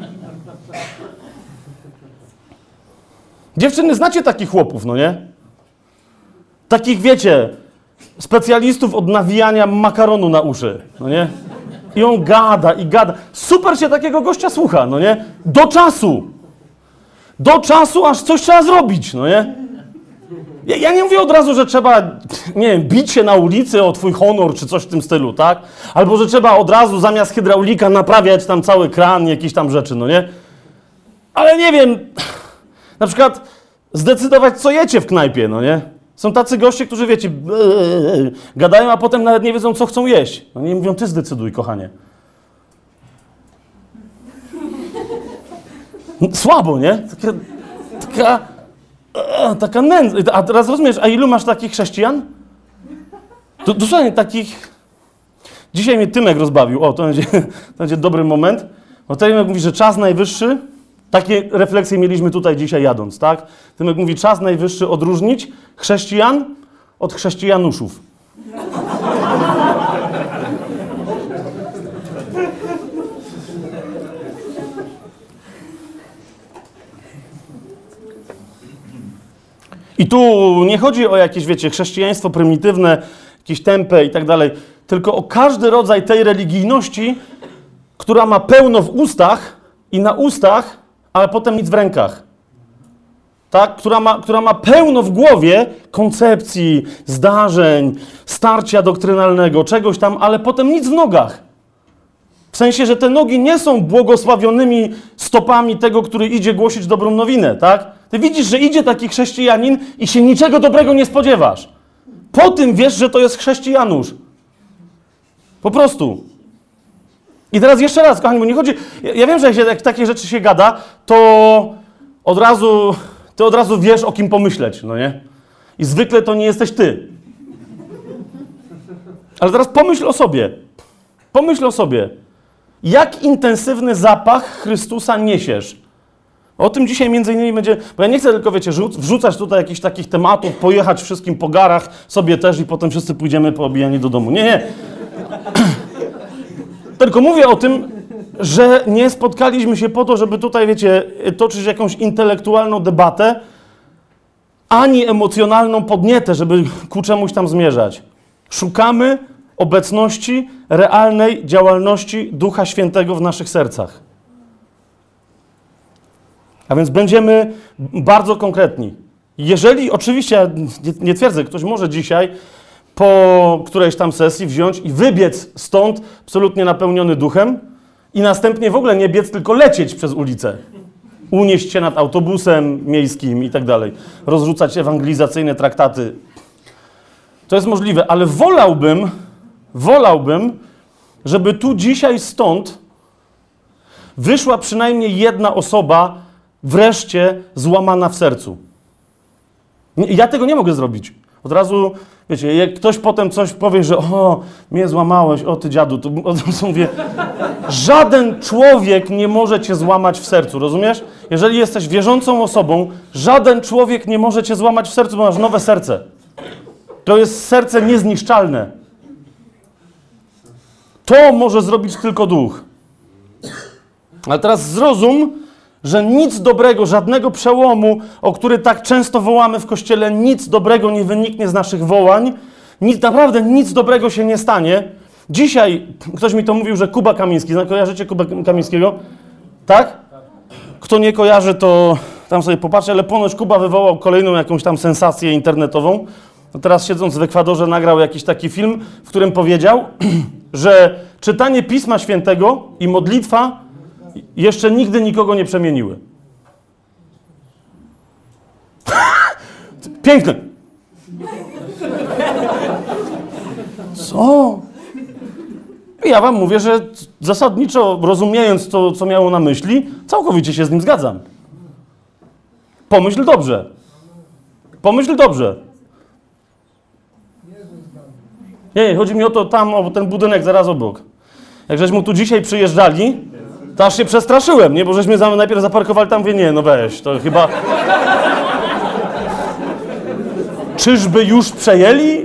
Dziewczyny, znacie takich chłopów, no nie? Takich, wiecie, specjalistów od nawijania makaronu na uszy, no nie? I on gada i gada. Super się takiego gościa słucha, no nie? Do czasu. Do czasu, aż coś trzeba zrobić, no nie? Ja, ja nie mówię od razu, że trzeba, nie wiem, bić się na ulicy o twój honor, czy coś w tym stylu, tak? Albo, że trzeba od razu zamiast hydraulika naprawiać tam cały kran, jakieś tam rzeczy, no nie? Ale nie wiem, na przykład zdecydować, co jecie w knajpie, no nie? Są tacy goście, którzy, wiecie, gadają, a potem nawet nie wiedzą, co chcą jeść. No nie mówią, ty zdecyduj, kochanie. Słabo, nie? Taka, taka, taka nędza. A teraz rozumiesz, a ilu masz takich chrześcijan? To, dosłownie takich... Dzisiaj mnie Tymek rozbawił. O, to będzie, to będzie dobry moment. Bo Tymek mówi, że czas najwyższy... Takie refleksje mieliśmy tutaj dzisiaj jadąc, tak? Tymek mówi, czas najwyższy odróżnić chrześcijan od chrześcijanuszów. I tu nie chodzi o jakieś, wiecie, chrześcijaństwo prymitywne, jakieś tępe i tak dalej, tylko o każdy rodzaj tej religijności, która ma pełno w ustach i na ustach, ale potem nic w rękach. Tak? Która ma, która ma pełno w głowie koncepcji, zdarzeń, starcia doktrynalnego, czegoś tam, ale potem nic w nogach. W sensie, że te nogi nie są błogosławionymi stopami tego, który idzie głosić dobrą nowinę, tak? Ty widzisz, że idzie taki chrześcijanin i się niczego dobrego nie spodziewasz. Po tym wiesz, że to jest chrześcijanusz. Po prostu. I teraz jeszcze raz, kochani, bo nie chodzi... Ja, ja wiem, że jak, się, jak takie rzeczy się gada, to od razu... Ty od razu wiesz, o kim pomyśleć, no nie? I zwykle to nie jesteś ty. Ale teraz pomyśl o sobie. Pomyśl o sobie. Jak intensywny zapach Chrystusa niesiesz? O tym dzisiaj między innymi będzie... Bo ja nie chcę tylko, wiecie, wrzucać tutaj jakichś takich tematów, pojechać wszystkim po garach, sobie też i potem wszyscy pójdziemy poobijani do domu. Nie, nie. Tylko mówię o tym, że nie spotkaliśmy się po to, żeby tutaj, wiecie, toczyć jakąś intelektualną debatę, ani emocjonalną podnietę, żeby ku czemuś tam zmierzać. Szukamy obecności, realnej działalności Ducha Świętego w naszych sercach. A więc będziemy bardzo konkretni. Jeżeli, oczywiście, ja nie, nie twierdzę, ktoś może dzisiaj po którejś tam sesji wziąć i wybiec stąd absolutnie napełniony duchem i następnie w ogóle nie biec, tylko lecieć przez ulicę. Unieść się nad autobusem miejskim i tak dalej. Rozrzucać ewangelizacyjne traktaty. To jest możliwe, ale wolałbym, wolałbym, żeby tu dzisiaj stąd wyszła przynajmniej jedna osoba wreszcie złamana w sercu. Ja tego nie mogę zrobić. Od razu, wiecie, jak ktoś potem coś powie, że o, mnie złamałeś, o ty dziadu, to od razu mówię, żaden człowiek nie może cię złamać w sercu, rozumiesz? Jeżeli jesteś wierzącą osobą, żaden człowiek nie może cię złamać w sercu, bo masz nowe serce. To jest serce niezniszczalne. To może zrobić tylko duch. Ale teraz zrozum, że nic dobrego, żadnego przełomu, o który tak często wołamy w Kościele, nic dobrego nie wyniknie z naszych wołań. Nic, naprawdę nic dobrego się nie stanie. Dzisiaj ktoś mi to mówił, że Kuba Kamiński. Kojarzycie Kubę Kamińskiego? Tak? Kto nie kojarzy, to tam sobie popatrzy, ale ponoć Kuba wywołał kolejną jakąś tam sensację internetową. No teraz siedząc w Ekwadorze nagrał jakiś taki film, w którym powiedział, że czytanie Pisma Świętego i modlitwa jeszcze nigdy nikogo nie przemieniły. Piękne. Co? I ja wam mówię, że zasadniczo rozumiejąc to, co miało na myśli, całkowicie się z nim zgadzam. Pomyśl dobrze. Pomyśl dobrze. Nie, chodzi mi o to tam, o ten budynek zaraz obok. Jak żeśmy tu dzisiaj przyjeżdżali, to aż się przestraszyłem, nie? Bo żeśmy za, najpierw zaparkowali tam, mówię, nie, no weź, to chyba... Czyżby już przejęli?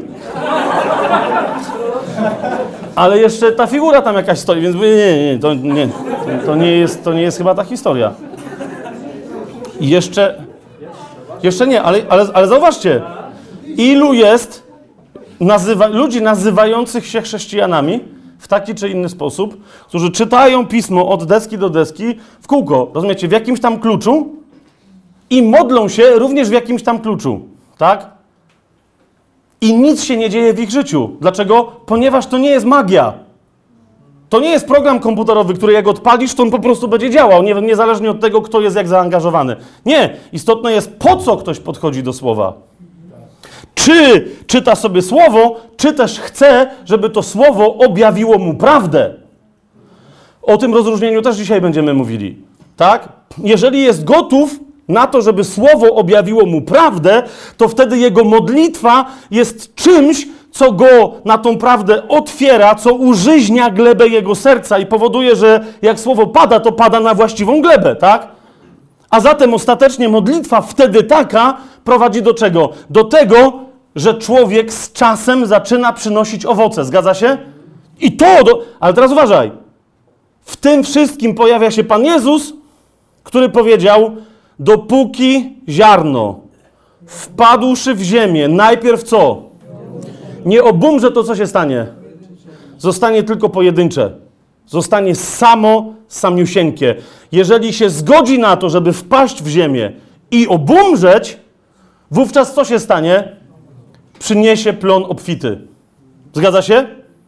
Ale jeszcze ta figura tam jakaś stoi, więc mówię, nie, nie, to nie, to nie jest, to nie jest chyba ta historia. I jeszcze... Jeszcze nie, ale, ale, ale zauważcie, ilu jest nazywa, ludzi nazywających się chrześcijanami w taki czy inny sposób, którzy czytają Pismo od deski do deski w kółko, rozumiecie, w jakimś tam kluczu i modlą się również w jakimś tam kluczu, tak? I nic się nie dzieje w ich życiu. Dlaczego? Ponieważ to nie jest magia. To nie jest program komputerowy, który jak odpalisz, to on po prostu będzie działał, nie, niezależnie od tego, kto jest jak zaangażowany. Nie. Istotne jest, po co ktoś podchodzi do słowa. Czy czyta sobie słowo, czy też chce, żeby to słowo objawiło mu prawdę. O tym rozróżnieniu też dzisiaj będziemy mówili. Tak? Jeżeli jest gotów na to, żeby słowo objawiło mu prawdę, to wtedy jego modlitwa jest czymś, co go na tą prawdę otwiera, co użyźnia glebę jego serca i powoduje, że jak słowo pada, to pada na właściwą glebę, tak? A zatem ostatecznie modlitwa wtedy taka prowadzi do czego? Do tego, że człowiek z czasem zaczyna przynosić owoce. Zgadza się? I to... Do... Ale teraz uważaj. W tym wszystkim pojawia się Pan Jezus, który powiedział, dopóki ziarno wpadłszy w ziemię, najpierw co? Nie obumrze, to co się stanie? Zostanie tylko pojedyncze. Zostanie samo, samiusieńkie. Jeżeli się zgodzi na to, żeby wpaść w ziemię i obumrzeć, wówczas co się stanie? Przyniesie plon obfity. Zgadza się?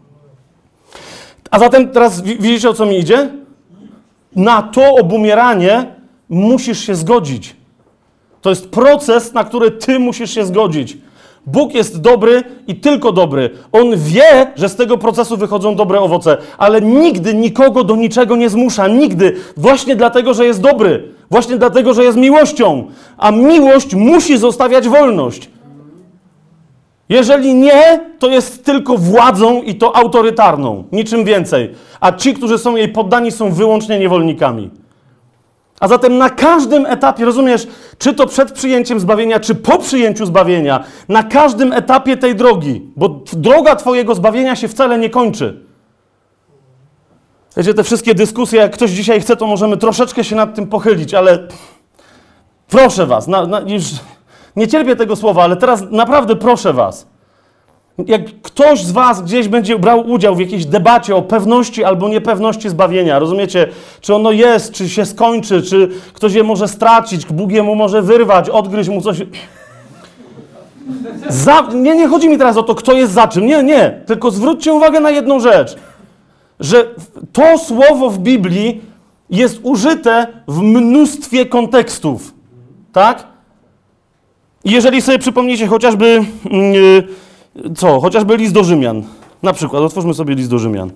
A zatem teraz widzicie, o co mi idzie? Na to obumieranie musisz się zgodzić. To jest proces, na który ty musisz się zgodzić. Bóg jest dobry i tylko dobry. On wie, że z tego procesu wychodzą dobre owoce, ale nigdy nikogo do niczego nie zmusza. Nigdy. Właśnie dlatego, że jest dobry. Właśnie dlatego, że jest miłością. A miłość musi zostawiać wolność. Jeżeli nie, to jest tylko władzą i to autorytarną. Niczym więcej. A ci, którzy są jej poddani, są wyłącznie niewolnikami. A zatem na każdym etapie, rozumiesz, czy to przed przyjęciem zbawienia, czy po przyjęciu zbawienia, na każdym etapie tej drogi, bo droga twojego zbawienia się wcale nie kończy. Wiecie, te wszystkie dyskusje, jak ktoś dzisiaj chce, to możemy troszeczkę się nad tym pochylić, ale proszę was, na, na, już nie cierpię tego słowa, ale teraz naprawdę proszę was, jak ktoś z was gdzieś będzie brał udział w jakiejś debacie o pewności albo niepewności zbawienia, rozumiecie, czy ono jest, czy się skończy, czy ktoś je może stracić, Bóg je mu może wyrwać, odgryźć mu coś. Za, nie, nie chodzi mi teraz o to, kto jest za czym. Nie, nie. Tylko zwróćcie uwagę na jedną rzecz. Że to słowo w Biblii jest użyte w mnóstwie kontekstów. Tak? I jeżeli sobie przypomnicie chociażby, yy, co, chociażby list do Rzymian. Na przykład, otwórzmy sobie list do Rzymian.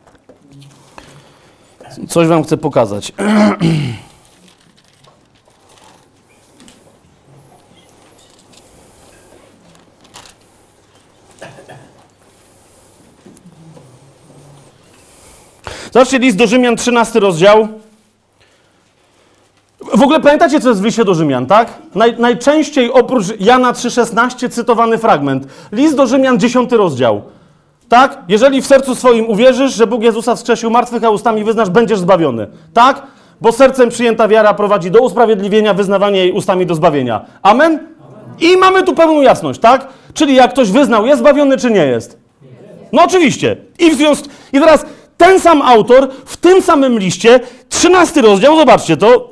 Coś wam chcę pokazać. Zobaczcie, list do Rzymian, trzynasty rozdział. W ogóle pamiętacie, co jest w liście do Rzymian, tak? Naj, najczęściej oprócz Jana trzy szesnaście cytowany fragment. List do Rzymian, dziesiąty rozdział. Tak? Jeżeli w sercu swoim uwierzysz, że Bóg Jezusa wskrzesił martwych, a ustami wyznasz, będziesz zbawiony. Tak? Bo sercem przyjęta wiara prowadzi do usprawiedliwienia, wyznawanie jej ustami do zbawienia. Amen? Amen? I mamy tu pełną jasność, tak? Czyli jak ktoś wyznał, jest zbawiony czy nie jest? No oczywiście. I w związku... I teraz ten sam autor w tym samym liście, trzynasty rozdział, zobaczcie to,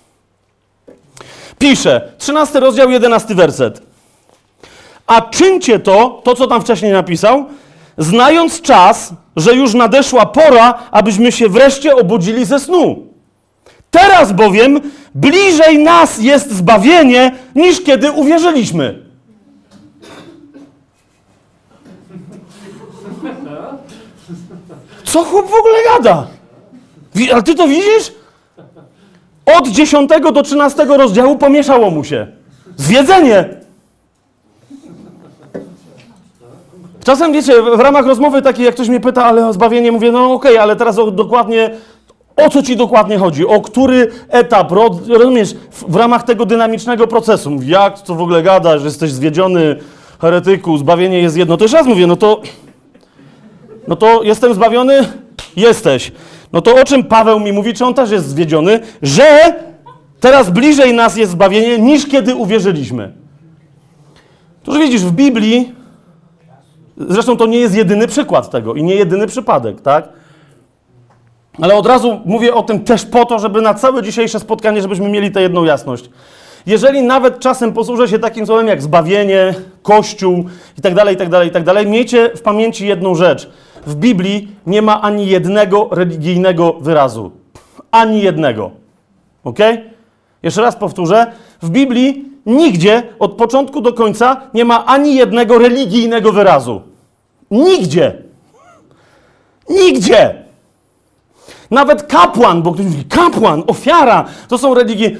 pisze, trzynasty rozdział, jedenasty werset. A czyńcie to, to co tam wcześniej napisał, znając czas, że już nadeszła pora, abyśmy się wreszcie obudzili ze snu. Teraz bowiem bliżej nas jest zbawienie, niż kiedy uwierzyliśmy. Co chłop w ogóle gada? Ale ty to widzisz? Od dziesiątego do trzynastego rozdziału pomieszało mu się. Zwiedzenie. Czasem, wiecie, w ramach rozmowy takiej, jak ktoś mnie pyta, ale o zbawienie, mówię, no okej, okay, ale teraz o, dokładnie, o co ci dokładnie chodzi? O który etap, rozumiesz, w, w ramach tego dynamicznego procesu. Mówię, jak co w ogóle gadasz, że jesteś zwiedziony, heretyku, zbawienie jest jedno. To już raz mówię, no to, no to jestem zbawiony? Jesteś. No to o czym Paweł mi mówi, czy on też jest zwiedziony? Że teraz bliżej nas jest zbawienie, niż kiedy uwierzyliśmy. To już widzisz, w Biblii, zresztą to nie jest jedyny przykład tego i nie jedyny przypadek, tak? Ale od razu mówię o tym też po to, żeby na całe dzisiejsze spotkanie, żebyśmy mieli tę jedną jasność. Jeżeli nawet czasem posłużę się takim słowem jak zbawienie, Kościół i tak dalej, i tak dalej, i tak dalej, miejcie w pamięci jedną rzecz. W Biblii nie ma ani jednego religijnego wyrazu. Ani jednego. Ok? Jeszcze raz powtórzę. W Biblii nigdzie, od początku do końca, nie ma ani jednego religijnego wyrazu. Nigdzie. Nigdzie. Nawet kapłan, bo ktoś mówi, kapłan, ofiara, to są religie.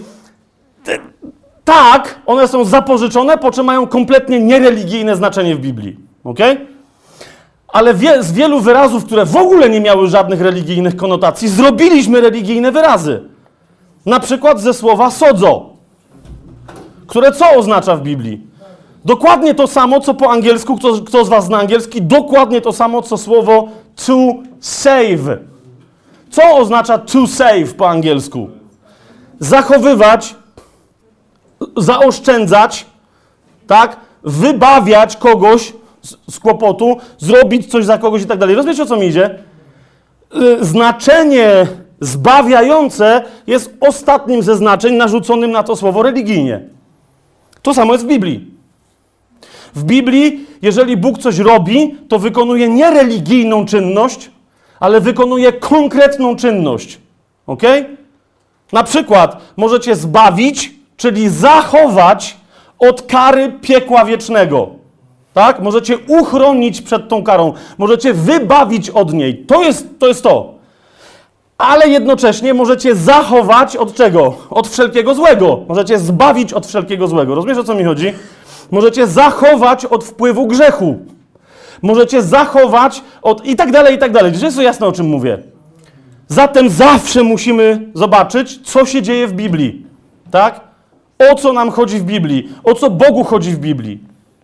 Tak, one są zapożyczone, po czym mają kompletnie niereligijne znaczenie w Biblii. Ok? Ale wie, z wielu wyrazów, które w ogóle nie miały żadnych religijnych konotacji, zrobiliśmy religijne wyrazy. Na przykład ze słowa sodzo, które co oznacza w Biblii? Dokładnie to samo, co po angielsku, kto, kto z was zna angielski, dokładnie to samo, co słowo to save. Co oznacza to save po angielsku? Zachowywać, zaoszczędzać, tak? Wybawiać kogoś z, z kłopotu, zrobić coś za kogoś i tak dalej. Rozumiecie, o co mi idzie? Yy, znaczenie zbawiające jest ostatnim ze znaczeń narzuconym na to słowo religijnie. To samo jest w Biblii. W Biblii, jeżeli Bóg coś robi, to wykonuje nie religijną czynność, ale wykonuje konkretną czynność. Ok? Na przykład możecie zbawić, czyli zachować od kary piekła wiecznego. Tak? Możecie uchronić przed tą karą. Możecie wybawić od niej. To jest to. Jest to. Ale jednocześnie możecie zachować od czego? Od wszelkiego złego. Możecie zbawić od wszelkiego złego. Rozumiesz, o co mi chodzi? Możecie zachować od wpływu grzechu. Możecie zachować od... i tak dalej, i tak dalej. Czy jest to jasne, o czym mówię? Zatem zawsze musimy zobaczyć, co się dzieje w Biblii. Tak? O co nam chodzi w Biblii? O co Bogu chodzi w Biblii?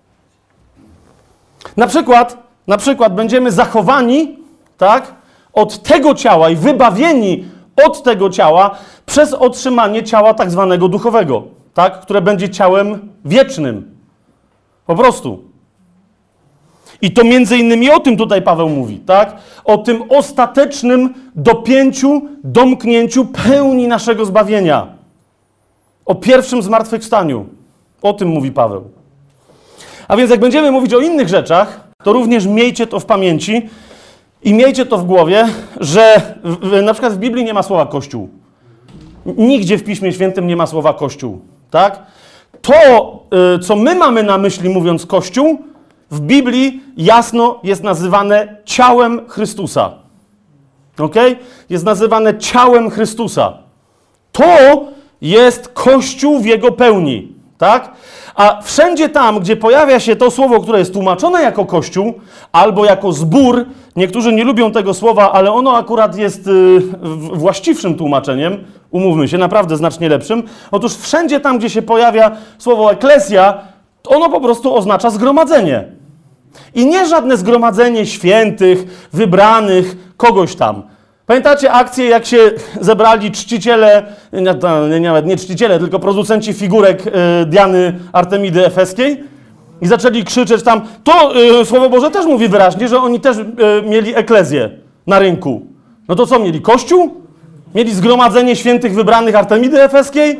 Na przykład, na przykład będziemy zachowani, tak? Od tego ciała i wybawieni od tego ciała przez otrzymanie ciała tak zwanego duchowego, tak? Które będzie ciałem wiecznym. Po prostu. I to między innymi o tym tutaj Paweł mówi, tak? O tym ostatecznym dopięciu, domknięciu pełni naszego zbawienia. O pierwszym zmartwychwstaniu. O tym mówi Paweł. A więc jak będziemy mówić o innych rzeczach, to również miejcie to w pamięci i miejcie to w głowie, że w, w, na przykład w Biblii nie ma słowa Kościół. Nigdzie w Piśmie Świętym nie ma słowa Kościół, tak? To, y, co my mamy na myśli mówiąc Kościół, w Biblii jasno jest nazywane ciałem Chrystusa. Okej? Jest nazywane ciałem Chrystusa. To jest Kościół w jego pełni, tak? A wszędzie tam, gdzie pojawia się to słowo, które jest tłumaczone jako Kościół albo jako zbór, niektórzy nie lubią tego słowa, ale ono akurat jest y, właściwszym tłumaczeniem, umówmy się, naprawdę znacznie lepszym. Otóż wszędzie tam, gdzie się pojawia słowo eklezja, ono po prostu oznacza zgromadzenie. I nie żadne zgromadzenie świętych, wybranych, kogoś tam. Pamiętacie akcję, jak się zebrali czciciele, nie, nawet nie czciciele, tylko producenci figurek y, Diany Artemidy Efeskiej i zaczęli krzyczeć tam, to y, Słowo Boże też mówi wyraźnie, że oni też y, mieli eklezję na rynku. No to co, mieli Kościół? Mieli zgromadzenie świętych wybranych Artemidy Efeskiej?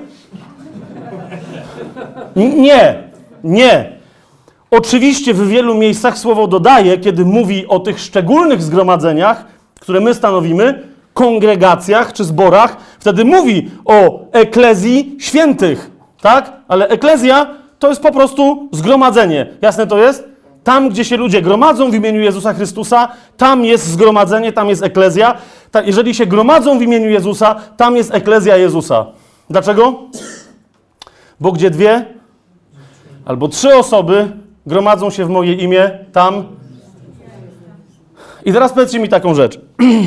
N- nie, nie. Oczywiście w wielu miejscach Słowo dodaje, kiedy mówi o tych szczególnych zgromadzeniach, które my stanowimy, kongregacjach czy zborach, wtedy mówi o eklezji świętych, tak? Ale eklezja to jest po prostu zgromadzenie. Jasne to jest? Tam, gdzie się ludzie gromadzą w imieniu Jezusa Chrystusa, tam jest zgromadzenie, tam jest eklezja. Ta, jeżeli się gromadzą w imieniu Jezusa, tam jest eklezja Jezusa. Dlaczego? Bo gdzie dwie albo trzy osoby gromadzą się w moje imię, tam... I teraz powiedzcie mi taką rzecz.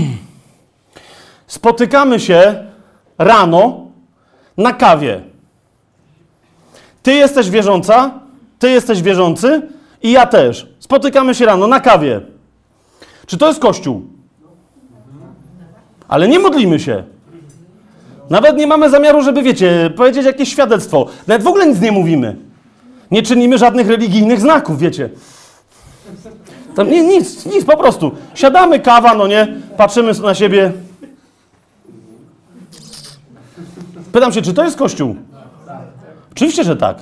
Spotykamy się rano na kawie. Ty jesteś wierząca, ty jesteś wierzący i ja też. Spotykamy się rano na kawie. Czy to jest Kościół? Ale nie modlimy się. Nawet nie mamy zamiaru, żeby, wiecie, powiedzieć jakieś świadectwo. Nawet w ogóle nic nie mówimy. Nie czynimy żadnych religijnych znaków, wiecie. Tam nie, nic, nic, po prostu. Siadamy, kawa, no nie, patrzymy na siebie. Pytam się, czy to jest Kościół? Oczywiście, że tak.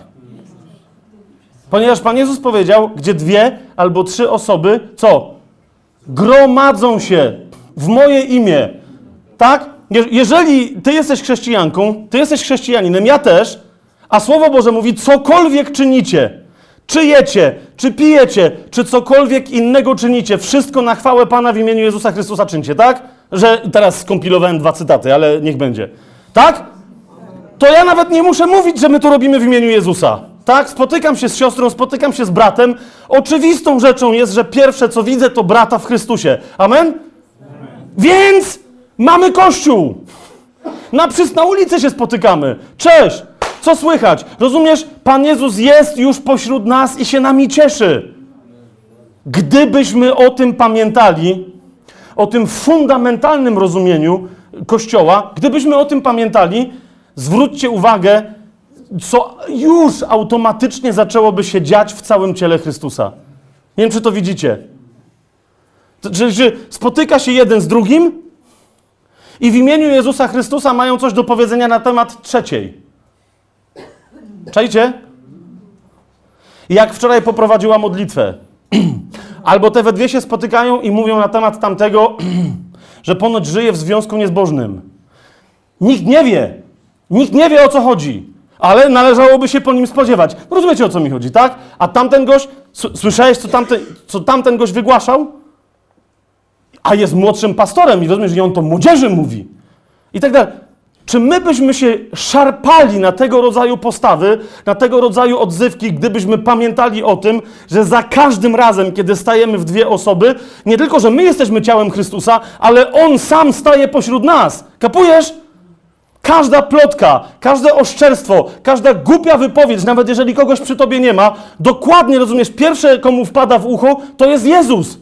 Ponieważ Pan Jezus powiedział, gdzie dwie albo trzy osoby, co? Gromadzą się w moje imię. Tak? Je- jeżeli ty jesteś chrześcijanką, ty jesteś chrześcijaninem, ja też, a Słowo Boże mówi, cokolwiek czynicie, czy jecie, czy pijecie, czy cokolwiek innego czynicie, wszystko na chwałę Pana w imieniu Jezusa Chrystusa czyńcie, tak? Że teraz skompilowałem dwa cytaty, ale niech będzie. Tak? To ja nawet nie muszę mówić, że my to robimy w imieniu Jezusa. Tak? Spotykam się z siostrą, spotykam się z bratem. Oczywistą rzeczą jest, że pierwsze, co widzę, to brata w Chrystusie. Amen? Amen. Więc mamy Kościół. Na, przy, na ulicy się spotykamy. Cześć! Co słychać? Rozumiesz? Pan Jezus jest już pośród nas i się nami cieszy. Gdybyśmy o tym pamiętali, o tym fundamentalnym rozumieniu Kościoła, gdybyśmy o tym pamiętali, zwróćcie uwagę, co już automatycznie zaczęłoby się dziać w całym ciele Chrystusa. Nie wiem, czy to widzicie. Że, że spotyka się jeden z drugim i w imieniu Jezusa Chrystusa mają coś do powiedzenia na temat trzeciej. Czajcie? Jak wczoraj poprowadziła modlitwę. Albo te we dwie się spotykają i mówią na temat tamtego, że ponoć żyje w związku niezbożnym. Nikt nie wie. Nikt nie wie, o co chodzi. Ale należałoby się po nim spodziewać. No rozumiecie, o co mi chodzi, tak? A tamten gość, słyszałeś, co tamten, co tamten gość wygłaszał? A jest młodszym pastorem i rozumiesz, że on to młodzieży mówi. I tak dalej. Czy my byśmy się szarpali na tego rodzaju postawy, na tego rodzaju odzywki, gdybyśmy pamiętali o tym, że za każdym razem, kiedy stajemy w dwie osoby, nie tylko, że my jesteśmy ciałem Chrystusa, ale On sam staje pośród nas. Kapujesz? Każda plotka, każde oszczerstwo, każda głupia wypowiedź, nawet jeżeli kogoś przy tobie nie ma, dokładnie, rozumiesz, pierwsze, komu wpada w ucho, to jest Jezus.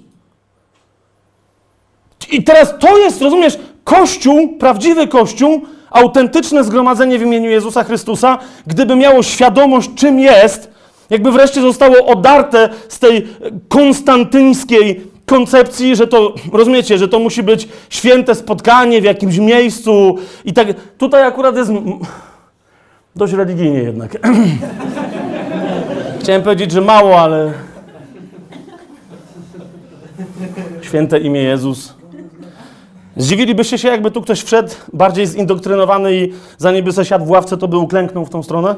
I teraz to jest, rozumiesz, Kościół, prawdziwy Kościół, autentyczne zgromadzenie w imieniu Jezusa Chrystusa, gdyby miało świadomość, czym jest, jakby wreszcie zostało odarte z tej konstantyńskiej koncepcji, że to, rozumiecie, że to musi być święte spotkanie w jakimś miejscu i tak. Tutaj akurat jest dość religijnie jednak. Chciałem powiedzieć, że mało, ale święte imię Jezus. Zdziwilibyście się, jakby tu ktoś wszedł bardziej zindoktrynowany i zanim by se siadł w ławce, to by uklęknął w tą stronę?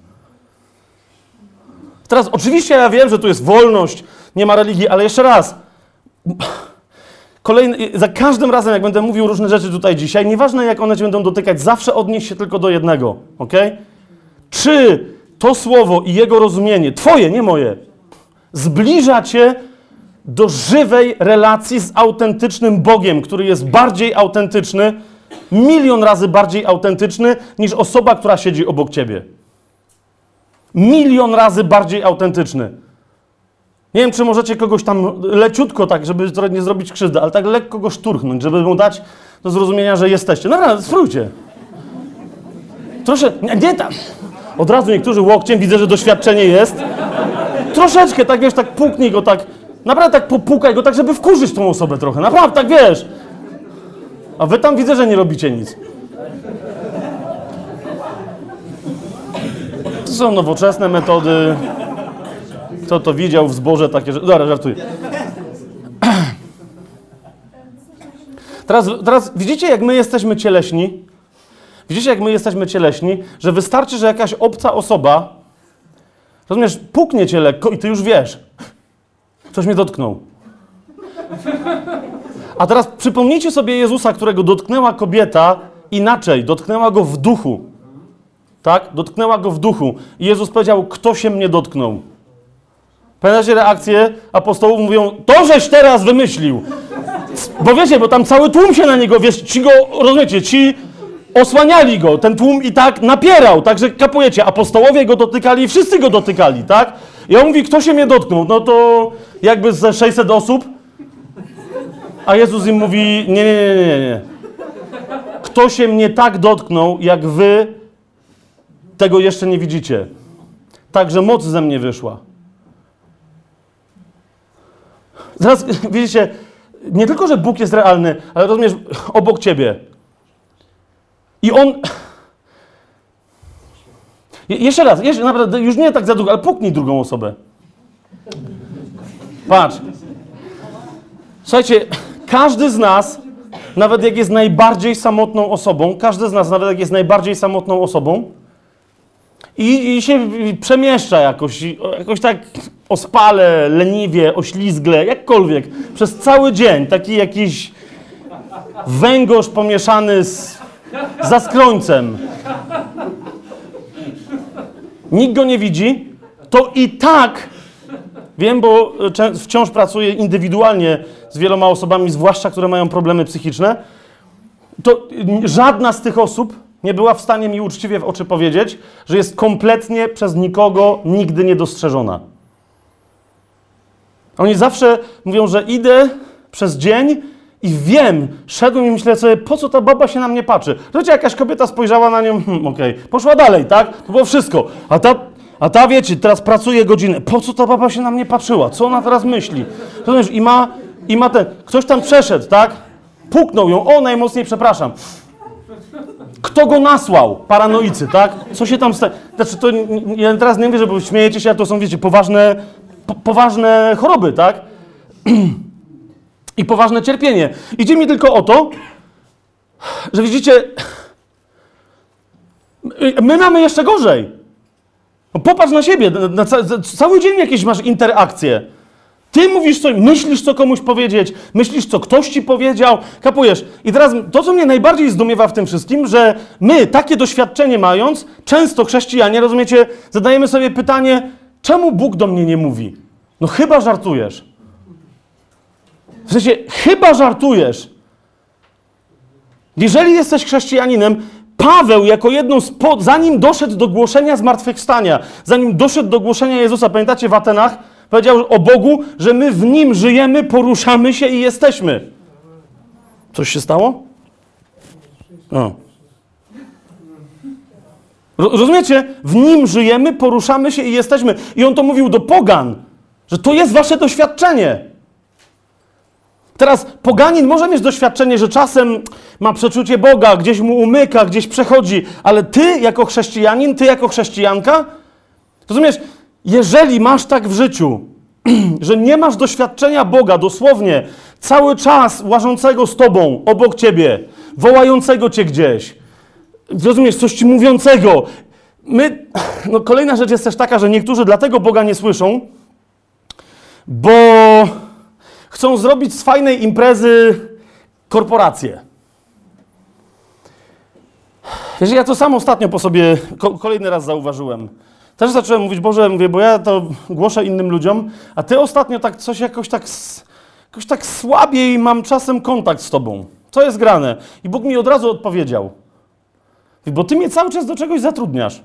Teraz oczywiście ja wiem, że tu jest wolność, nie ma religii, ale jeszcze raz, kolejny, za każdym razem, jak będę mówił różne rzeczy tutaj dzisiaj, nieważne jak one cię będą dotykać, zawsze odnieś się tylko do jednego, okej? Czy to słowo i jego rozumienie, twoje, nie moje, zbliża cię do żywej relacji z autentycznym Bogiem, który jest bardziej autentyczny, milion razy bardziej autentyczny niż osoba, która siedzi obok ciebie. Milion razy bardziej autentyczny. Nie wiem, czy możecie kogoś tam leciutko tak, żeby nie zrobić krzywdy, ale tak lekko go szturchnąć, żeby mu dać do zrozumienia, że jesteście. No naprawdę, spróbujcie. Trosze, nie, nie tam. Od razu niektórzy łokciem, widzę, że doświadczenie jest. Troszeczkę, tak wiesz, tak puknij go tak, naprawdę tak popukaj go tak, żeby wkurzyć tą osobę trochę. Naprawdę, tak wiesz. A wy tam widzę, że nie robicie nic. To są nowoczesne metody. Kto to widział w zborze takie rzeczy? Dobra, żartuję. Teraz, teraz widzicie, jak my jesteśmy cieleśni? Widzicie, jak my jesteśmy cieleśni, że wystarczy, że jakaś obca osoba, rozumiesz, puknie cię lekko i ty już wiesz. Ktoś mnie dotknął. A teraz przypomnijcie sobie Jezusa, którego dotknęła kobieta inaczej. Dotknęła go w duchu. Tak? Dotknęła go w duchu. I Jezus powiedział, kto się mnie dotknął? Pamiętacie reakcję apostołów? Mówią, to żeś teraz wymyślił. Bo wiecie, bo tam cały tłum się na niego, wiesz, ci go, rozumiecie, ci osłaniali go. Ten tłum i tak napierał, także kapujecie. Apostołowie go dotykali, wszyscy go dotykali, tak? I on mówi, kto się mnie dotknął? No to jakby ze sześćset osób. A Jezus im mówi, nie, nie, nie, nie, nie. Kto się mnie tak dotknął, jak wy tego jeszcze nie widzicie. Także moc ze mnie wyszła. Zaraz, widzicie, nie tylko, że Bóg jest realny, ale rozumiesz, obok ciebie. I On... Je- jeszcze raz, jeszcze, naprawdę, już nie tak za długo, ale puknij drugą osobę. Patrz. Słuchajcie, każdy z nas, nawet jak jest najbardziej samotną osobą, każdy z nas, nawet jak jest najbardziej samotną osobą i, i się przemieszcza jakoś, jakoś tak ospale, leniwie, oślizgle, jakkolwiek, przez cały dzień, taki jakiś węgorz pomieszany z zaskrońcem. Nikt go nie widzi, to i tak, wiem, bo wciąż pracuję indywidualnie z wieloma osobami, zwłaszcza, które mają problemy psychiczne, to żadna z tych osób nie była w stanie mi uczciwie w oczy powiedzieć, że jest kompletnie przez nikogo nigdy niedostrzeżona. Oni zawsze mówią, że idę przez dzień i wiem, szedłem i myślę sobie, po co ta baba się na mnie patrzy? Wiecie, jakaś kobieta spojrzała na nią, hmm, okej, okay. Poszła dalej, tak? To było wszystko. A ta, a ta, wiecie, teraz pracuje godzinę. Po co ta baba się na mnie patrzyła? Co ona teraz myśli? Rozumiesz, i ma, i ma ten, ktoś tam przeszedł, tak? Puknął ją, o, najmocniej przepraszam. Kto go nasłał? Paranoicy, tak? Co się tam stało? Znaczy, to ja teraz nie mówię, że śmiejecie się, ale to są, wiecie, poważne, po, poważne choroby, tak? I poważne cierpienie. Idzie mi tylko o to, że widzicie, my mamy jeszcze gorzej. No popatrz na siebie, na ca cały dzień jakieś masz interakcje. Ty mówisz co, myślisz co komuś powiedzieć, myślisz co ktoś ci powiedział, kapujesz. I teraz to, co mnie najbardziej zdumiewa w tym wszystkim, że my, takie doświadczenie mając, często chrześcijanie, rozumiecie, zadajemy sobie pytanie, czemu Bóg do mnie nie mówi? No chyba żartujesz. W sensie, chyba żartujesz. Jeżeli jesteś chrześcijaninem, Paweł jako jedną z... Po, zanim doszedł do głoszenia zmartwychwstania, zanim doszedł do głoszenia Jezusa, pamiętacie w Atenach, powiedział o Bogu, że my w Nim żyjemy, poruszamy się i jesteśmy. Coś się stało? O. Rozumiecie? W Nim żyjemy, poruszamy się i jesteśmy. I on to mówił do pogan, że to jest wasze doświadczenie. Teraz poganin może mieć doświadczenie, że czasem ma przeczucie Boga, gdzieś mu umyka, gdzieś przechodzi, ale ty jako chrześcijanin, ty jako chrześcijanka, rozumiesz, Jeżeli masz tak w życiu, że nie masz doświadczenia Boga, dosłownie cały czas łażącego z tobą, obok ciebie, wołającego cię gdzieś, rozumiesz, coś ci mówiącego. My, no kolejna rzecz jest też taka, że niektórzy dlatego Boga nie słyszą, bo chcą zrobić z fajnej imprezy korporację. Wiesz, ja to sam ostatnio po sobie ko- kolejny raz zauważyłem. Też zacząłem mówić, Boże, mówię, bo ja to głoszę innym ludziom, a ty ostatnio tak coś jakoś tak, jakoś tak słabiej mam czasem kontakt z tobą. Co jest grane? I Bóg mi od razu odpowiedział. Bo ty mnie cały czas do czegoś zatrudniasz.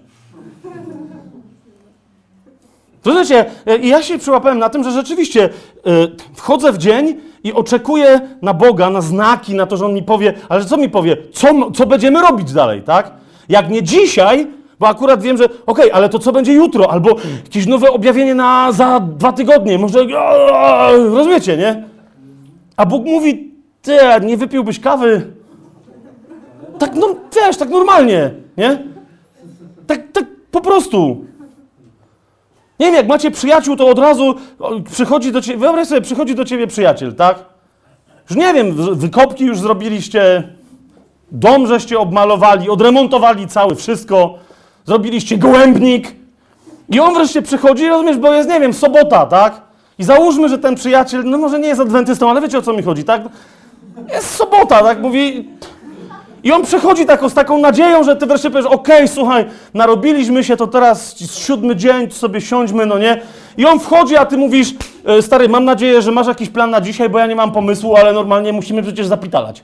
To znaczy, ja się przyłapałem na tym, że rzeczywiście y, wchodzę w dzień i oczekuję na Boga, na znaki, na to, że On mi powie, ale co mi powie? Co, co będziemy robić dalej, tak? Jak nie dzisiaj, bo akurat wiem, że okej, okay, ale to co będzie jutro? Albo jakieś nowe objawienie na, za dwa tygodnie, może... Rozumiecie, nie? A Bóg mówi, ty, nie wypiłbyś kawy? Tak, no też, tak normalnie, nie? Tak, tak po prostu. Nie wiem, jak macie przyjaciół, to od razu przychodzi do ciebie, wyobraź sobie, przychodzi do ciebie przyjaciel, tak? Już nie wiem, wykopki już zrobiliście, dom żeście obmalowali, odremontowali całe wszystko, zrobiliście gołębnik i on wreszcie przychodzi, rozumiesz, bo jest, nie wiem, sobota, tak? I załóżmy, że ten przyjaciel, no może nie jest adwentystą, ale wiecie, o co mi chodzi, tak? Jest sobota, tak? Mówi... I on przychodzi tak, z taką nadzieją, że ty wreszcie powiesz, okej, okay, słuchaj, narobiliśmy się, to teraz siódmy dzień, to sobie siądźmy, no nie? I on wchodzi, a ty mówisz, stary, mam nadzieję, że masz jakiś plan na dzisiaj, bo ja nie mam pomysłu, ale normalnie musimy przecież zapitalać.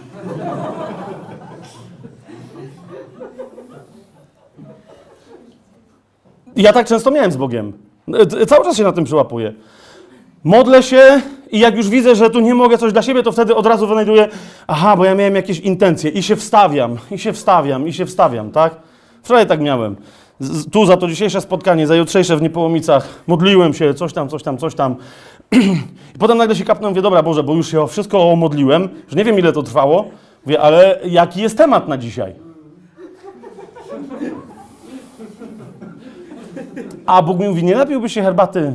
I ja tak często miałem z Bogiem. Cały czas się na tym przyłapuję. Modlę się i jak już widzę, że tu nie mogę coś dla siebie, to wtedy od razu wynajduję, aha, bo ja miałem jakieś intencje i się wstawiam, i się wstawiam, i się wstawiam, tak? Wczoraj tak miałem. Z, tu za to dzisiejsze spotkanie, za jutrzejsze w Niepołomicach, modliłem się, coś tam, coś tam, coś tam. I potem nagle się kapnę, mówię, dobra Boże, bo już się o wszystko omodliłem, że nie wiem ile to trwało, mówię, ale jaki jest temat na dzisiaj? A Bóg mi mówi, nie napiłbyś się herbaty?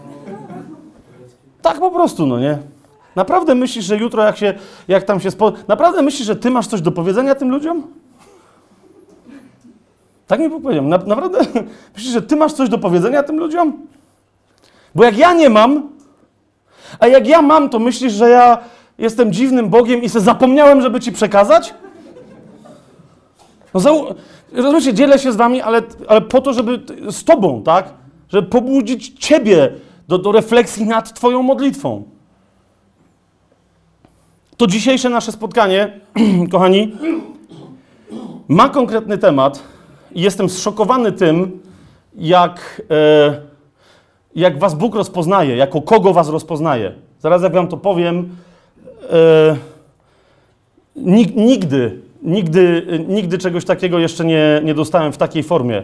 Tak po prostu, no nie? Naprawdę myślisz, że jutro jak się, jak tam się spo... Naprawdę myślisz, że ty masz coś do powiedzenia tym ludziom? Tak mi powiedział. Na, naprawdę myślisz, że ty masz coś do powiedzenia tym ludziom? Bo jak ja nie mam, a jak ja mam, to myślisz, że ja jestem dziwnym Bogiem i se zapomniałem, żeby ci przekazać? No zau... Rozumiecie, dzielę się z wami, ale, ale po to, żeby z tobą, tak? Żeby pobudzić ciebie do, do refleksji nad twoją modlitwą. To dzisiejsze nasze spotkanie, kochani, ma konkretny temat i jestem zszokowany tym, jak, e, jak was Bóg rozpoznaje, jako kogo was rozpoznaje. Zaraz jak wam to powiem, e, nigdy, nigdy, nigdy czegoś takiego jeszcze nie, nie dostałem w takiej formie.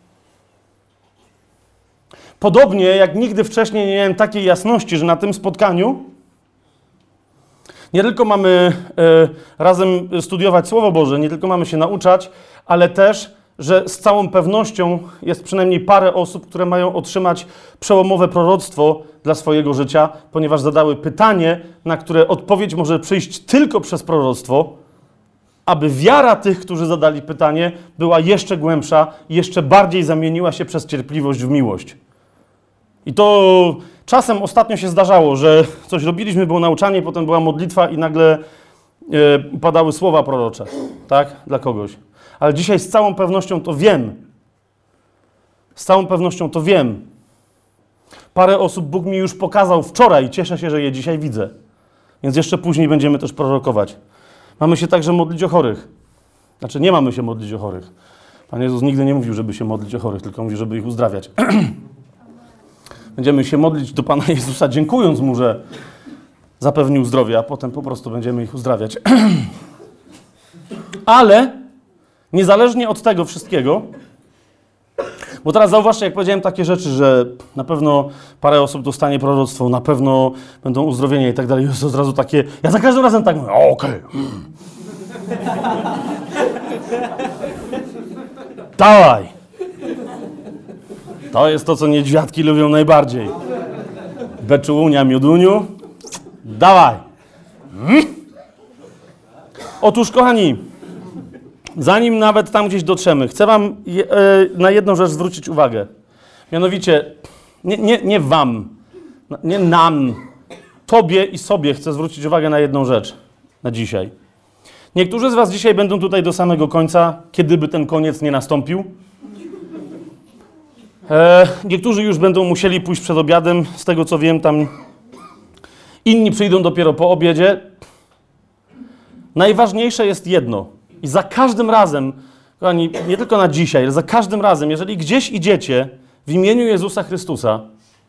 Podobnie jak nigdy wcześniej nie miałem takiej jasności, że na tym spotkaniu nie tylko mamy e, razem studiować Słowo Boże, nie tylko mamy się nauczać, ale też, że z całą pewnością jest przynajmniej parę osób, które mają otrzymać przełomowe proroctwo dla swojego życia, ponieważ zadały pytanie, na które odpowiedź może przyjść tylko przez proroctwo, aby wiara tych, którzy zadali pytanie, była jeszcze głębsza, jeszcze bardziej zamieniła się przez cierpliwość w miłość. I to czasem ostatnio się zdarzało, że coś robiliśmy, było nauczanie, potem była modlitwa i nagle e, padały słowa prorocze, tak, dla kogoś. Ale dzisiaj z całą pewnością to wiem. Z całą pewnością to wiem. Parę osób Bóg mi już pokazał wczoraj, cieszę się, że je dzisiaj widzę. Więc jeszcze później będziemy też prorokować. Mamy się także modlić o chorych. Znaczy nie mamy się modlić o chorych. Pan Jezus nigdy nie mówił, żeby się modlić o chorych, tylko mówił, żeby ich uzdrawiać. Będziemy się modlić do Pana Jezusa, dziękując Mu, że zapewnił zdrowie, a potem po prostu będziemy ich uzdrawiać. Ale niezależnie od tego wszystkiego, bo teraz zauważcie, jak powiedziałem takie rzeczy, że na pewno parę osób dostanie proroctwo, na pewno będą uzdrowienia i tak dalej, jest od razu takie, ja za każdym razem tak mówię, okej. Okay. Dawaj. To jest to, co niedźwiadki lubią najbardziej. Beczułunia, mioduniu. Dawaj. Mm. Otóż, kochani, zanim nawet tam gdzieś dotrzemy, chcę wam je, e, na jedną rzecz zwrócić uwagę. Mianowicie, nie, nie, nie wam, nie nam, tobie i sobie chcę zwrócić uwagę na jedną rzecz na dzisiaj. Niektórzy z was dzisiaj będą tutaj do samego końca, kiedyby ten koniec nie nastąpił. E, niektórzy już będą musieli pójść przed obiadem, z tego co wiem, tam inni przyjdą dopiero po obiedzie. Najważniejsze jest jedno. I za każdym razem, kochani, nie tylko na dzisiaj, ale za każdym razem, jeżeli gdzieś idziecie w imieniu Jezusa Chrystusa,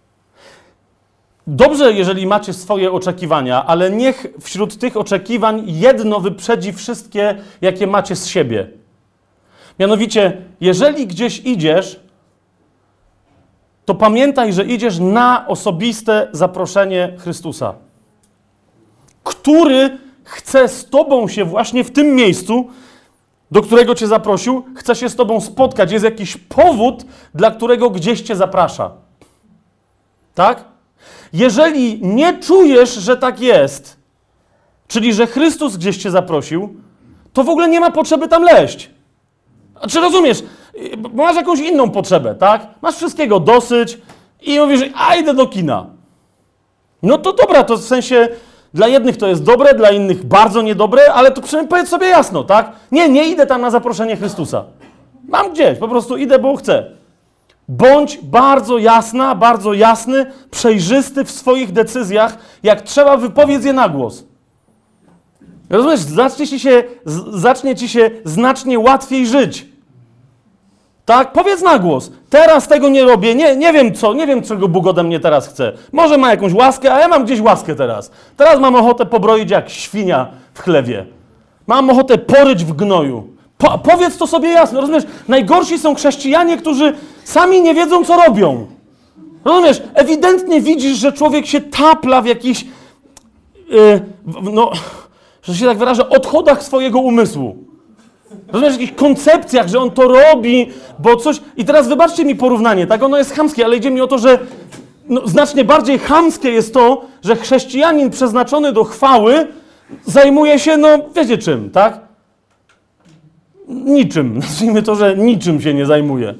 dobrze, jeżeli macie swoje oczekiwania, ale niech wśród tych oczekiwań jedno wyprzedzi wszystkie, jakie macie z siebie. Mianowicie, jeżeli gdzieś idziesz, to pamiętaj, że idziesz na osobiste zaproszenie Chrystusa, który chce z tobą się właśnie w tym miejscu, do którego cię zaprosił, chce się z tobą spotkać. Jest jakiś powód, dla którego gdzieś cię zaprasza. Tak? Jeżeli nie czujesz, że tak jest, czyli że Chrystus gdzieś cię zaprosił, to w ogóle nie ma potrzeby tam leźć. Czy rozumiesz? Masz jakąś inną potrzebę, tak? Masz wszystkiego dosyć i mówisz, a idę do kina. No to dobra, to w sensie dla jednych to jest dobre, dla innych bardzo niedobre, ale to przynajmniej powiedz sobie jasno, tak? Nie, nie idę tam na zaproszenie Chrystusa. Mam gdzieś, po prostu idę, bo chcę. Bądź bardzo jasna, bardzo jasny, przejrzysty w swoich decyzjach. Jak trzeba, wypowiedz je na głos. Rozumiesz? Zacznie ci się, zacznie ci się znacznie łatwiej żyć. Tak? Powiedz na głos. Teraz tego nie robię, nie, nie wiem co, nie wiem czego Bóg ode mnie teraz chce. Może ma jakąś łaskę, a ja mam gdzieś łaskę teraz. Teraz mam ochotę pobroić jak świnia w chlewie. Mam ochotę poryć w gnoju. Po, powiedz to sobie jasno, rozumiesz? Najgorsi są chrześcijanie, którzy sami nie wiedzą, co robią. Rozumiesz? Ewidentnie widzisz, że człowiek się tapla w jakichś, yy, no, że się tak wyrażę, odchodach swojego umysłu. Rozumiesz? W jakichś koncepcjach, że on to robi, bo coś... I teraz wybaczcie mi porównanie, tak? Ono jest chamskie, ale idzie mi o to, że no, znacznie bardziej chamskie jest to, że chrześcijanin przeznaczony do chwały zajmuje się, no, wiecie czym, tak? Niczym. Nazwijmy to, że niczym się nie zajmuje.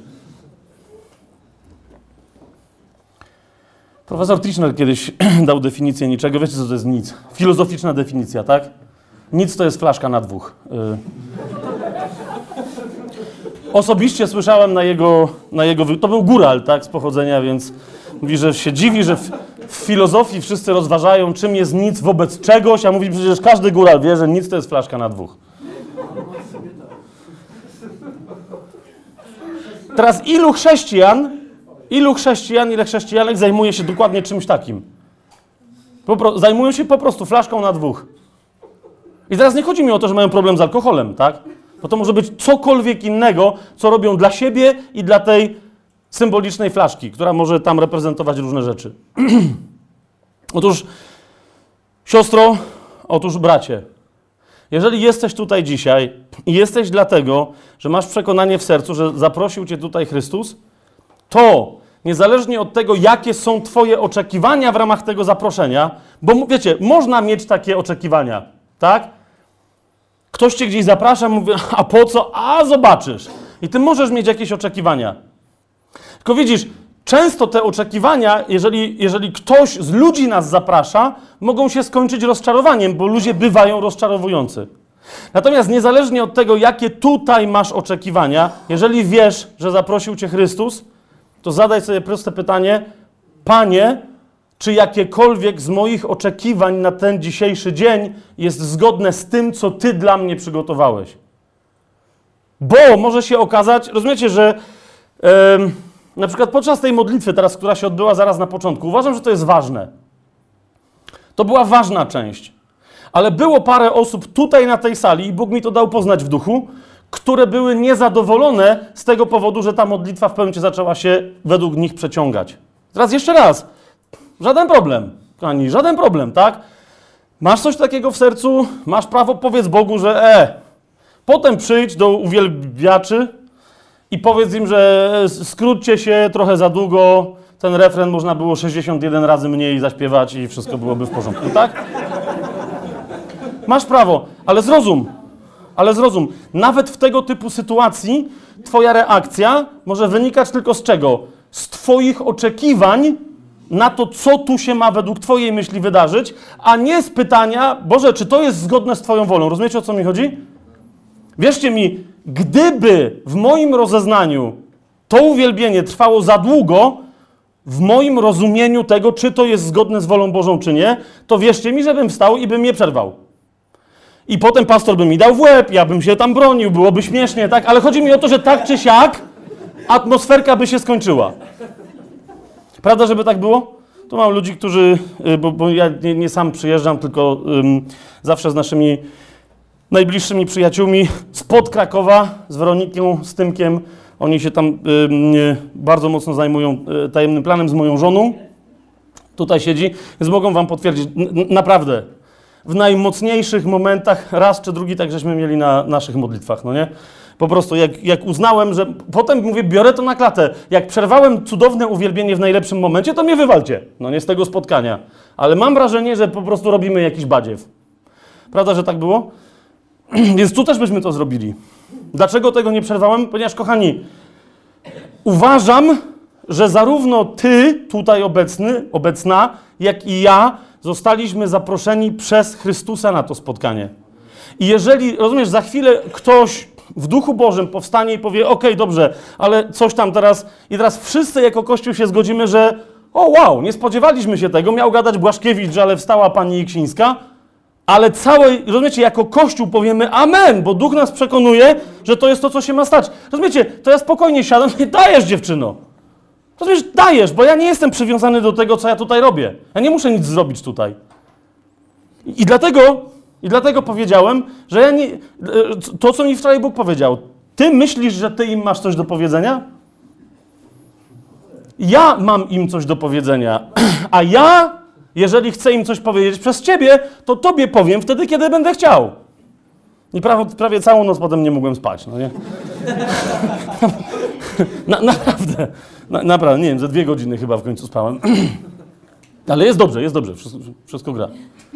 Profesor Tischner kiedyś dał definicję niczego. Wiecie, co to jest nic? Filozoficzna definicja, tak? Nic to jest flaszka na dwóch. Y... Osobiście słyszałem na jego, na jego... To był góral, tak, z pochodzenia, więc mówi, że się dziwi, że w, w filozofii wszyscy rozważają, czym jest nic wobec czegoś, a mówi, przecież każdy góral wie, że nic to jest flaszka na dwóch. Teraz ilu chrześcijan, ilu chrześcijan, ile chrześcijanek zajmuje się dokładnie czymś takim? Popro- zajmują się po prostu flaszką na dwóch. I teraz nie chodzi mi o to, że mają problem z alkoholem, tak? Bo to może być cokolwiek innego, co robią dla siebie i dla tej symbolicznej flaszki, która może tam reprezentować różne rzeczy. Otóż, siostro, otóż bracie, jeżeli jesteś tutaj dzisiaj i jesteś dlatego, że masz przekonanie w sercu, że zaprosił cię tutaj Chrystus, to niezależnie od tego, jakie są twoje oczekiwania w ramach tego zaproszenia, bo wiecie, można mieć takie oczekiwania, tak? Ktoś cię gdzieś zaprasza, mówi, a po co? A zobaczysz. I ty możesz mieć jakieś oczekiwania. Tylko widzisz, często te oczekiwania, jeżeli, jeżeli ktoś z ludzi nas zaprasza, mogą się skończyć rozczarowaniem, bo ludzie bywają rozczarowujący. Natomiast niezależnie od tego, jakie tutaj masz oczekiwania, jeżeli wiesz, że zaprosił cię Chrystus, to zadaj sobie proste pytanie, Panie, czy jakiekolwiek z moich oczekiwań na ten dzisiejszy dzień jest zgodne z tym, co Ty dla mnie przygotowałeś? Bo może się okazać, rozumiecie, że yy, na przykład podczas tej modlitwy teraz, która się odbyła zaraz na początku, uważam, że to jest ważne. To była ważna część. Ale było parę osób tutaj na tej sali, i Bóg mi to dał poznać w duchu, które były niezadowolone z tego powodu, że ta modlitwa w pewnym momencie zaczęła się według nich przeciągać. Teraz jeszcze raz. Żaden problem, kochani, żaden problem, tak? Masz coś takiego w sercu, masz prawo, powiedz Bogu, że e, potem przyjdź do uwielbiaczy i powiedz im, że skróćcie się trochę za długo, ten refren można było sześćdziesiąt jeden razy mniej zaśpiewać i wszystko byłoby w porządku, tak? Masz prawo, ale zrozum, ale zrozum, nawet w tego typu sytuacji twoja reakcja może wynikać tylko z czego? Z twoich oczekiwań na to, co tu się ma według twojej myśli wydarzyć, a nie z pytania, Boże, czy to jest zgodne z twoją wolą? Rozumiecie, o co mi chodzi? Wierzcie mi, gdyby w moim rozeznaniu to uwielbienie trwało za długo, w moim rozumieniu tego, czy to jest zgodne z wolą Bożą, czy nie, to wierzcie mi, żebym wstał i bym je przerwał. I potem pastor by mi dał w łeb, ja bym się tam bronił, byłoby śmiesznie, tak? Ale chodzi mi o to, że tak czy siak atmosferka by się skończyła. Prawda, żeby tak było? Tu mam ludzi, którzy, bo, bo ja nie, nie sam przyjeżdżam, tylko um, zawsze z naszymi najbliższymi przyjaciółmi spod Krakowa, z Weroniką, z Tymkiem. Oni się tam um, bardzo mocno zajmują um, tajemnym planem z moją żoną. Tutaj siedzi, więc mogą wam potwierdzić, N- naprawdę, w najmocniejszych momentach, raz czy drugi, tak żeśmy mieli na naszych modlitwach, no nie? Po prostu jak, jak uznałem, że potem mówię, biorę to na klatę. Jak przerwałem cudowne uwielbienie w najlepszym momencie, to mnie wywalcie. No nie z tego spotkania. Ale mam wrażenie, że po prostu robimy jakiś badziew. Prawda, że tak było? Więc tu też byśmy to zrobili. Dlaczego tego nie przerwałem? Ponieważ, kochani, uważam, że zarówno ty, tutaj obecny, obecna, jak i ja zostaliśmy zaproszeni przez Chrystusa na to spotkanie. I jeżeli, rozumiesz, za chwilę ktoś w Duchu Bożym powstanie i powie, okej, dobrze, ale coś tam teraz, i teraz wszyscy jako Kościół się zgodzimy, że o wow, nie spodziewaliśmy się tego, miał gadać Błaszkiewicz, ale wstała pani Iksińska, ale całej, rozumiecie, jako Kościół powiemy amen, bo Duch nas przekonuje, że to jest to, co się ma stać. Rozumiecie, to ja spokojnie siadam i dajesz, dziewczyno. Rozumiesz, dajesz, bo ja nie jestem przywiązany do tego, co ja tutaj robię. Ja nie muszę nic zrobić tutaj. I, i dlatego... I dlatego powiedziałem, że ja nie, to, co mi wczoraj Bóg powiedział, ty myślisz, że ty im masz coś do powiedzenia? Ja mam im coś do powiedzenia, a ja, jeżeli chcę im coś powiedzieć przez ciebie, to tobie powiem wtedy, kiedy będę chciał. I prawie, prawie całą noc potem nie mogłem spać, no nie? Na, naprawdę, na, naprawdę, nie wiem, ze dwie godziny chyba w końcu spałem. Ale jest dobrze, jest dobrze, wszystko, wszystko gra.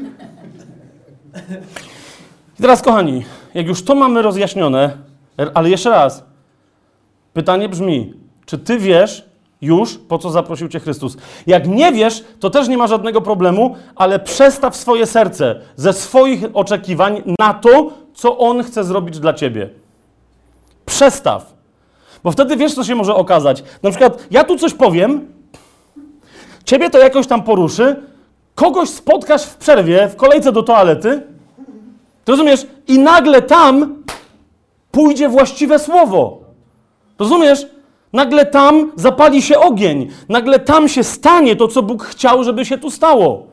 I teraz, kochani, jak już to mamy rozjaśnione, ale jeszcze raz, pytanie brzmi, czy ty wiesz już, po co zaprosił cię Chrystus? Jak nie wiesz, to też nie ma żadnego problemu, ale przestaw swoje serce ze swoich oczekiwań na to, co On chce zrobić dla ciebie. Przestaw. Bo wtedy wiesz, co się może okazać. Na przykład, ja tu coś powiem, ciebie to jakoś tam poruszy, kogoś spotkasz w przerwie, w kolejce do toalety, rozumiesz? I nagle tam pójdzie właściwe słowo. Rozumiesz? Nagle tam zapali się ogień. Nagle tam się stanie to, co Bóg chciał, żeby się tu stało.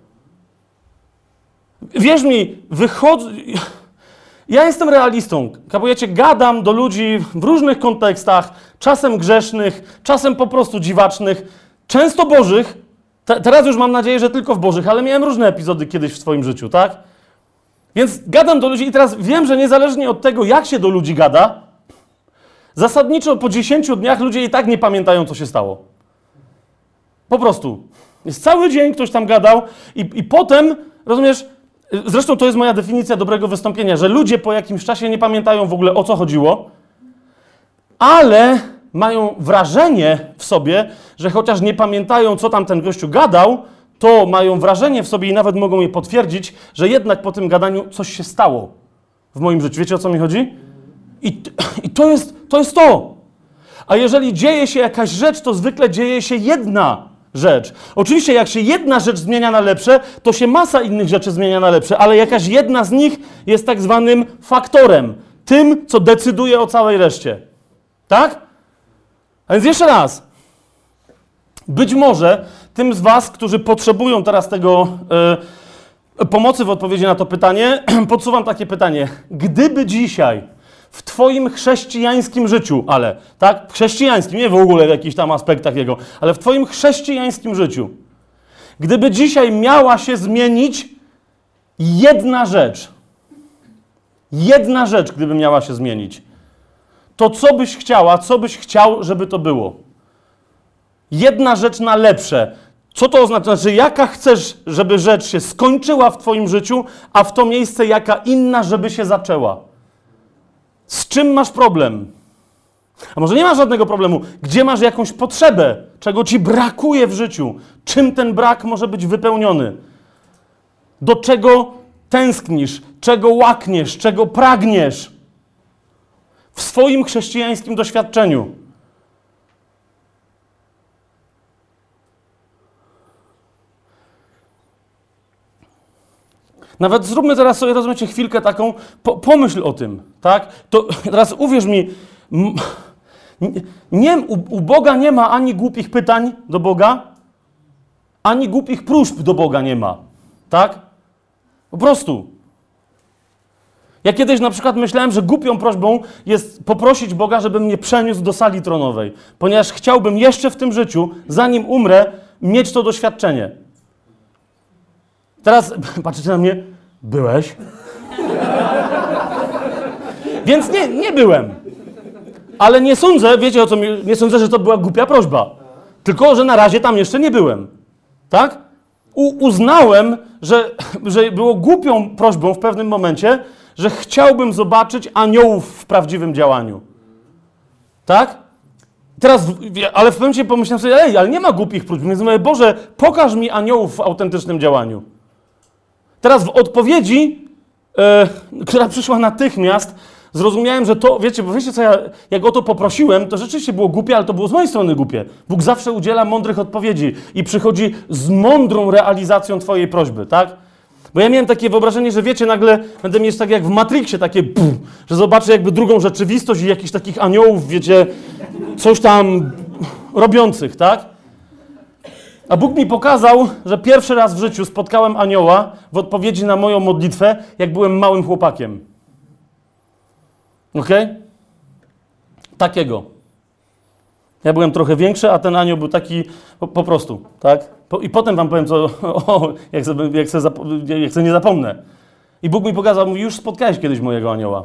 Wierz mi, wychodzę... Ja jestem realistą. Kapujecie, gadam do ludzi w różnych kontekstach, czasem grzesznych, czasem po prostu dziwacznych, często bożych. Te, teraz już mam nadzieję, że tylko w bożych, ale miałem różne epizody kiedyś w swoim życiu, tak? Więc gadam do ludzi i teraz wiem, że niezależnie od tego, jak się do ludzi gada, zasadniczo po dziesięciu dniach ludzie i tak nie pamiętają, co się stało. Po prostu. Jest cały dzień, ktoś tam gadał i, i potem, rozumiesz, zresztą to jest moja definicja dobrego wystąpienia, że ludzie po jakimś czasie nie pamiętają w ogóle, o co chodziło, ale mają wrażenie w sobie, że chociaż nie pamiętają, co tam ten gościu gadał, to mają wrażenie w sobie i nawet mogą je potwierdzić, że jednak po tym gadaniu coś się stało w moim życiu. Wiecie, o co mi chodzi? I, i to jest, to jest to. A jeżeli dzieje się jakaś rzecz, to zwykle dzieje się jedna rzecz. Oczywiście jak się jedna rzecz zmienia na lepsze, to się masa innych rzeczy zmienia na lepsze, ale jakaś jedna z nich jest tak zwanym faktorem. Tym, co decyduje o całej reszcie. Tak? A więc jeszcze raz. Być może tym z was, którzy potrzebują teraz tego y, pomocy w odpowiedzi na to pytanie, podsuwam takie pytanie. Gdyby dzisiaj w twoim chrześcijańskim życiu, ale tak, chrześcijańskim, nie w ogóle w jakichś tam aspektach jego, ale w twoim chrześcijańskim życiu, gdyby dzisiaj miała się zmienić jedna rzecz, jedna rzecz, gdyby miała się zmienić, to co byś chciała, co byś chciał, żeby to było? Jedna rzecz na lepsze. Co to oznacza? Znaczy, jaka chcesz, żeby rzecz się skończyła w twoim życiu, a w to miejsce jaka inna, żeby się zaczęła? Z czym masz problem? A może nie masz żadnego problemu? Gdzie masz jakąś potrzebę? Czego ci brakuje w życiu? Czym ten brak może być wypełniony? Do czego tęsknisz? Czego łakniesz? Czego pragniesz? W swoim chrześcijańskim doświadczeniu. Nawet zróbmy teraz sobie, rozumiecie, chwilkę taką, po, pomyśl o tym, tak? To teraz uwierz mi, m, nie, u, u Boga nie ma ani głupich pytań do Boga, ani głupich próśb do Boga nie ma, tak? Po prostu. Ja kiedyś na przykład myślałem, że głupią prośbą jest poprosić Boga, żeby mnie przeniósł do sali tronowej, ponieważ chciałbym jeszcze w tym życiu, zanim umrę, mieć to doświadczenie. Teraz patrzycie na mnie, byłeś? Więc nie, nie byłem. Ale nie sądzę, wiecie o co mi, nie sądzę, że to była głupia prośba. Tylko, że na razie tam jeszcze nie byłem. Tak? U, uznałem, że, że było głupią prośbą w pewnym momencie, że chciałbym zobaczyć aniołów w prawdziwym działaniu. Tak? Teraz, ale w pewnym momencie pomyślałem sobie, ej, ale nie ma głupich próśb. Więc mówię, Boże, pokaż mi aniołów w autentycznym działaniu. Teraz w odpowiedzi, e, która przyszła natychmiast, zrozumiałem, że to, wiecie, bo wiecie co, ja, jak o to poprosiłem, to rzeczywiście było głupie, ale to było z mojej strony głupie. Bóg zawsze udziela mądrych odpowiedzi i przychodzi z mądrą realizacją twojej prośby, tak? Bo ja miałem takie wyobrażenie, że wiecie, nagle będę mieć tak jak w Matrixie, takie pff, że zobaczę jakby drugą rzeczywistość i jakichś takich aniołów, wiecie, coś tam robiących, tak? A Bóg mi pokazał, że pierwszy raz w życiu spotkałem anioła w odpowiedzi na moją modlitwę, jak byłem małym chłopakiem. Okej? Okay? Takiego. Ja byłem trochę większy, a ten anioł był taki po, po prostu, tak? Po, I potem wam powiem, co, o, jak, sobie, jak, sobie zapo- jak sobie nie zapomnę. I Bóg mi pokazał, mówi, już spotkałeś kiedyś mojego anioła.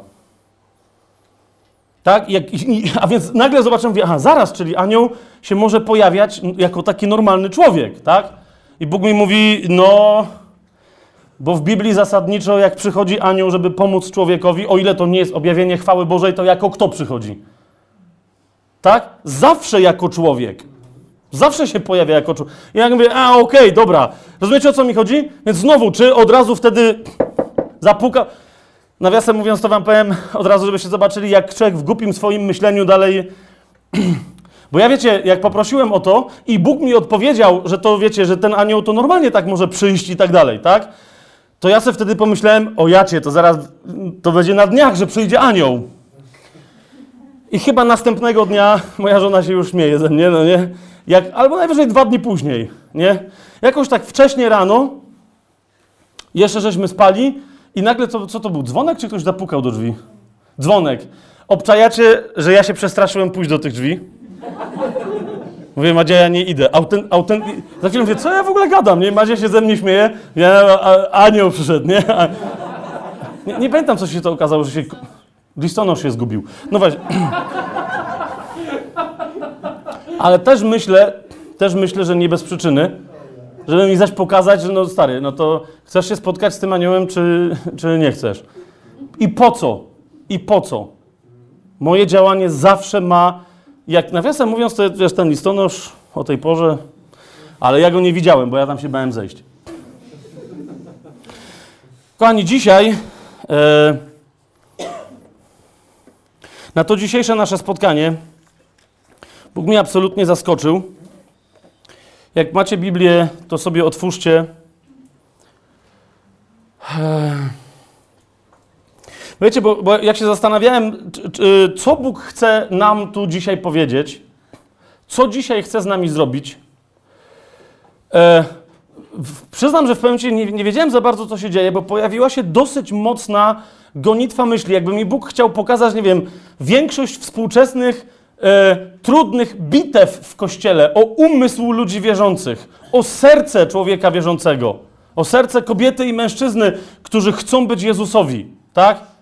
Tak? Jak, i, a więc nagle zobaczyłem, mówię, aha, zaraz, czyli anioł się może pojawiać jako taki normalny człowiek, tak? I Bóg mi mówi, no, bo w Biblii zasadniczo, jak przychodzi anioł, żeby pomóc człowiekowi, o ile to nie jest objawienie chwały Bożej, to jako kto przychodzi? Tak? Zawsze jako człowiek. Zawsze się pojawia jako człowiek. I ja mówię, a okej, okay, dobra. Rozumiecie, o co mi chodzi? Więc znowu, czy od razu wtedy zapuka... Nawiasem mówiąc, to wam powiem od razu, żebyście zobaczyli, jak człowiek w głupim swoim myśleniu dalej... Bo ja, wiecie, jak poprosiłem o to i Bóg mi odpowiedział, że to, wiecie, że ten anioł to normalnie tak może przyjść i tak dalej, tak? To ja sobie wtedy pomyślałem, o jacie, to zaraz, to będzie na dniach, że przyjdzie anioł. I chyba następnego dnia moja żona się już śmieje ze mnie, no nie? Jak, albo najwyżej dwa dni później, nie? Jakoś tak wcześnie rano, jeszcze żeśmy spali i nagle, to, co to był, dzwonek czy ktoś zapukał do drzwi? Dzwonek. Obczajacie, że ja się przestraszyłem pójść do tych drzwi? Mówię, Madzia, ja nie idę. Autent, autent... Za chwilę mówię, co ja w ogóle gadam, nie? Madzia się ze mnie śmieje, ja, a, anioł przyszedł, nie? A, nie? Nie pamiętam, co się to okazało, że się... Listonosz się zgubił. No właśnie. Ale też myślę, też myślę, że nie bez przyczyny, żeby mi zaś pokazać, że no stary, no to chcesz się spotkać z tym aniołem, czy, czy nie chcesz? I po co? I po co? Moje działanie zawsze ma, jak nawiasem mówiąc, to jest ten listonosz o tej porze, ale ja go nie widziałem, bo ja tam się bałem zejść. Kochani, dzisiaj e, na to dzisiejsze nasze spotkanie Bóg mnie absolutnie zaskoczył. Jak macie Biblię, to sobie otwórzcie. Wiecie, bo, bo jak się zastanawiałem, czy, czy, co Bóg chce nam tu dzisiaj powiedzieć, co dzisiaj chce z nami zrobić, e, w, przyznam, że w pewnym momencie nie, nie wiedziałem za bardzo, co się dzieje, bo pojawiła się dosyć mocna gonitwa myśli. Jakby mi Bóg chciał pokazać, nie wiem, większość współczesnych E, trudnych bitew w Kościele, o umysł ludzi wierzących, o serce człowieka wierzącego, o serce kobiety i mężczyzny, którzy chcą być Jezusowi, tak?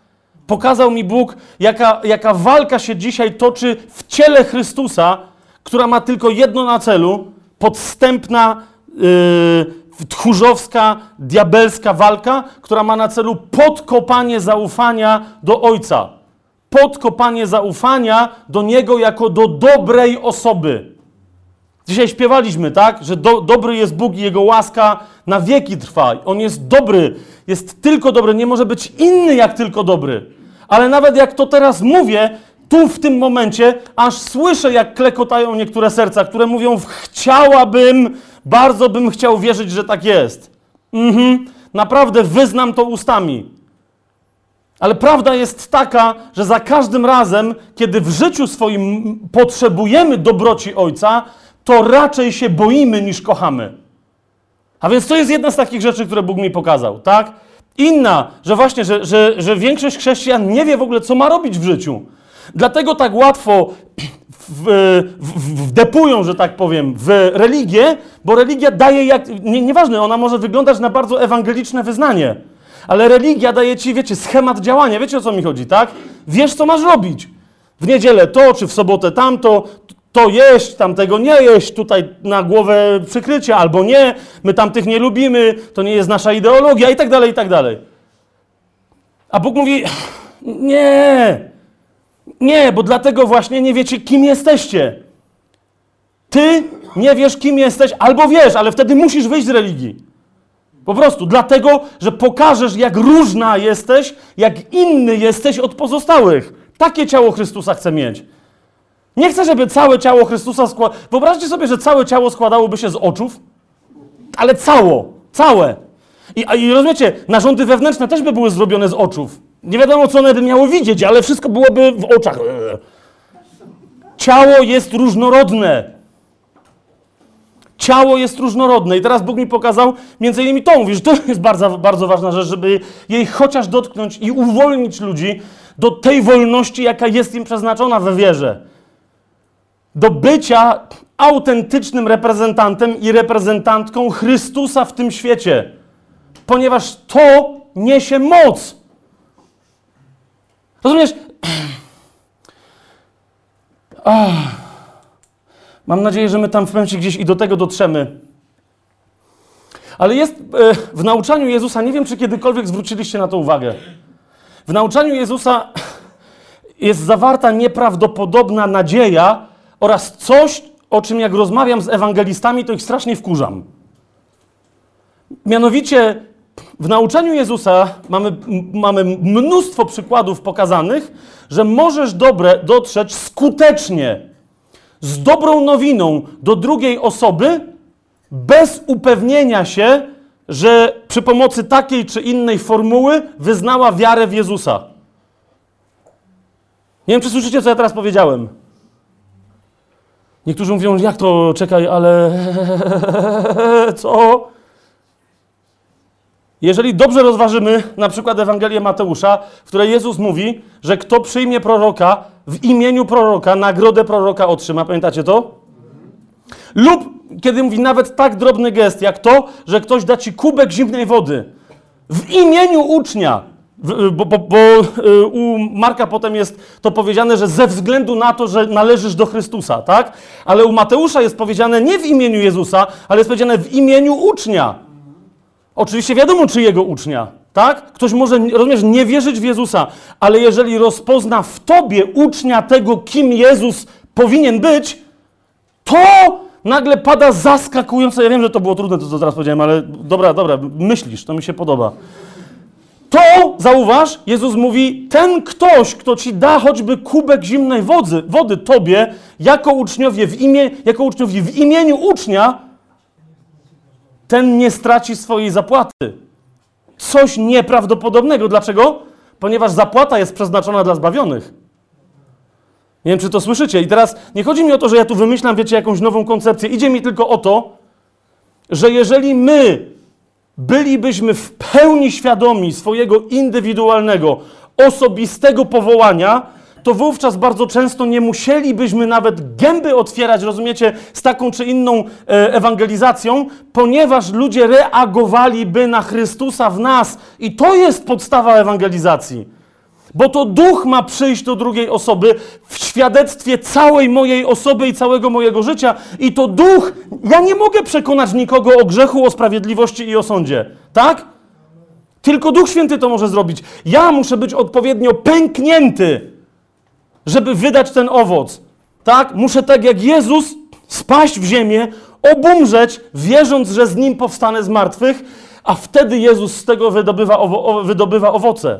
Pokazał mi Bóg, jaka, jaka walka się dzisiaj toczy w ciele Chrystusa, która ma tylko jedno na celu, podstępna, yy, tchórzowska, diabelska walka, która ma na celu podkopanie zaufania do Ojca. Podkopanie zaufania do Niego jako do dobrej osoby. Dzisiaj śpiewaliśmy, tak? Że do, dobry jest Bóg i Jego łaska na wieki trwa. On jest dobry, jest tylko dobry, nie może być inny jak tylko dobry. Ale nawet jak to teraz mówię, tu w tym momencie, aż słyszę, jak klekotają niektóre serca, które mówią, chciałabym, bardzo bym chciał wierzyć, że tak jest. Mhm, naprawdę wyznam to ustami. Ale prawda jest taka, że za każdym razem, kiedy w życiu swoim potrzebujemy dobroci Ojca, to raczej się boimy niż kochamy. A więc to jest jedna z takich rzeczy, które Bóg mi pokazał, tak? Inna, że właśnie, że, że, że większość chrześcijan nie wie w ogóle, co ma robić w życiu. Dlatego tak łatwo w, w, wdepują, że tak powiem, w religię, bo religia daje, jak, nie, nieważne, ona może wyglądać na bardzo ewangeliczne wyznanie, ale religia daje ci, wiecie, schemat działania, wiecie, o co mi chodzi, tak? Wiesz, co masz robić. W niedzielę to, czy w sobotę tamto, to jeść, tamtego nie jeść, tutaj na głowę przykrycie, albo nie, my tamtych nie lubimy, to nie jest nasza ideologia i tak dalej, i tak dalej. A Bóg mówi, nie, nie, bo dlatego właśnie nie wiecie, kim jesteście. Ty nie wiesz, kim jesteś, albo wiesz, ale wtedy musisz wyjść z religii. Po prostu dlatego, że pokażesz, jak różna jesteś, jak inny jesteś od pozostałych. Takie ciało Chrystusa chcę mieć. Nie chcę, żeby całe ciało Chrystusa składało... Wyobraźcie sobie, że całe ciało składałoby się z oczów, ale cało, całe. I, I rozumiecie, narządy wewnętrzne też by były zrobione z oczów. Nie wiadomo, co one by miało widzieć, ale wszystko byłoby w oczach. Ciało jest różnorodne. Ciało jest różnorodne. I teraz Bóg mi pokazał między innymi to. Mówi, że to jest bardzo, bardzo ważna rzecz, żeby jej chociaż dotknąć i uwolnić ludzi do tej wolności, jaka jest im przeznaczona we wierze. Do bycia autentycznym reprezentantem i reprezentantką Chrystusa w tym świecie. Ponieważ to niesie moc. Rozumiesz? Ach. Mam nadzieję, że my tam w momencie gdzieś i do tego dotrzemy. Ale jest e, w nauczaniu Jezusa, nie wiem, czy kiedykolwiek zwróciliście na to uwagę. W nauczaniu Jezusa jest zawarta nieprawdopodobna nadzieja oraz coś, o czym jak rozmawiam z ewangelistami, to ich strasznie wkurzam. Mianowicie w nauczaniu Jezusa mamy, mamy mnóstwo przykładów pokazanych, że możesz dobre dotrzeć skutecznie z dobrą nowiną do drugiej osoby bez upewnienia się, że przy pomocy takiej czy innej formuły wyznała wiarę w Jezusa. Nie wiem, czy słyszycie, co ja teraz powiedziałem. Niektórzy mówią, jak to, czekaj, ale co? Jeżeli dobrze rozważymy na przykład Ewangelię Mateusza, w której Jezus mówi, że kto przyjmie proroka, w imieniu proroka nagrodę proroka otrzyma. Pamiętacie to? Lub kiedy mówi nawet tak drobny gest, jak to, że ktoś da ci kubek zimnej wody w imieniu ucznia. Bo, bo, bo u Marka potem jest to powiedziane, że ze względu na to, że należysz do Chrystusa, tak? Ale u Mateusza jest powiedziane nie w imieniu Jezusa, ale jest powiedziane w imieniu ucznia. Oczywiście wiadomo, czyjego ucznia, tak? Ktoś może, rozumiesz, nie wierzyć w Jezusa, ale jeżeli rozpozna w tobie ucznia tego, kim Jezus powinien być, to nagle pada zaskakujące, ja wiem, że to było trudne, to co teraz powiedziałem, ale dobra, dobra, myślisz, to mi się podoba. To, zauważ, Jezus mówi, ten ktoś, kto ci da choćby kubek zimnej wody, wody tobie, jako uczniowie w imię, jako uczniowie w imieniu ucznia, ten nie straci swojej zapłaty. Coś nieprawdopodobnego. Dlaczego? Ponieważ zapłata jest przeznaczona dla zbawionych. Nie wiem, czy to słyszycie. I teraz nie chodzi mi o to, że ja tu wymyślam, wiecie, jakąś nową koncepcję. Idzie mi tylko o to, że jeżeli my bylibyśmy w pełni świadomi swojego indywidualnego, osobistego powołania, to wówczas bardzo często nie musielibyśmy nawet gęby otwierać, rozumiecie, z taką czy inną e, ewangelizacją, ponieważ ludzie reagowaliby na Chrystusa w nas. I to jest podstawa ewangelizacji. Bo to Duch ma przyjść do drugiej osoby w świadectwie całej mojej osoby i całego mojego życia. I to Duch, ja nie mogę przekonać nikogo o grzechu, o sprawiedliwości i o sądzie. Tak? Tylko Duch Święty to może zrobić. Ja muszę być odpowiednio pęknięty, żeby wydać ten owoc. Tak? Muszę tak jak Jezus spaść w ziemię, obumrzeć, wierząc, że z Nim powstanę z martwych, a wtedy Jezus z tego wydobywa, owo, wydobywa owoce.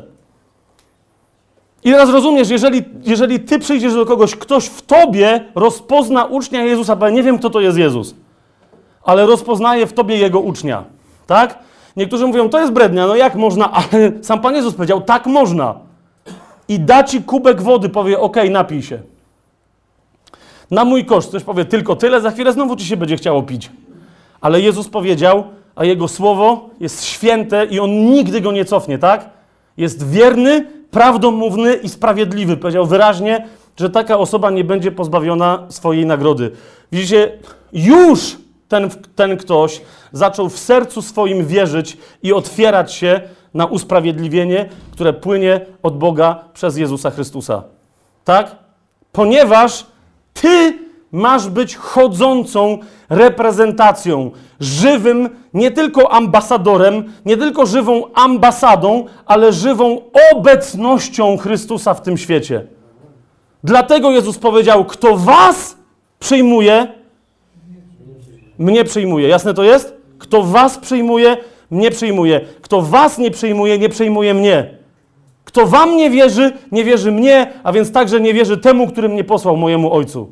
I teraz rozumiesz, jeżeli, jeżeli ty przyjdziesz do kogoś, ktoś w tobie rozpozna ucznia Jezusa, bo ja nie wiem, kto to jest Jezus, ale rozpoznaje w tobie Jego ucznia. Tak? Niektórzy mówią, to jest brednia, no jak można, ale sam Pan Jezus powiedział, tak można. I da ci kubek wody, powie, okej, napij się. Na mój koszt, ktoś powie, tylko tyle, za chwilę znowu ci się będzie chciało pić. Ale Jezus powiedział, a Jego słowo jest święte i On nigdy go nie cofnie, tak? Jest wierny, prawdomówny i sprawiedliwy. Powiedział wyraźnie, że taka osoba nie będzie pozbawiona swojej nagrody. Widzicie, już ten, ten ktoś zaczął w sercu swoim wierzyć i otwierać się na usprawiedliwienie, które płynie od Boga przez Jezusa Chrystusa. Tak? Ponieważ ty masz być chodzącą reprezentacją, żywym, nie tylko ambasadorem, nie tylko żywą ambasadą, ale żywą obecnością Chrystusa w tym świecie. Dlatego Jezus powiedział, kto was przyjmuje, mnie przyjmuje. Jasne to jest? Kto was przyjmuje, mnie przyjmuje. Kto was nie przyjmuje, nie przyjmuje mnie. Kto wam nie wierzy, nie wierzy mnie, a więc także nie wierzy temu, który mnie posłał, mojemu Ojcu.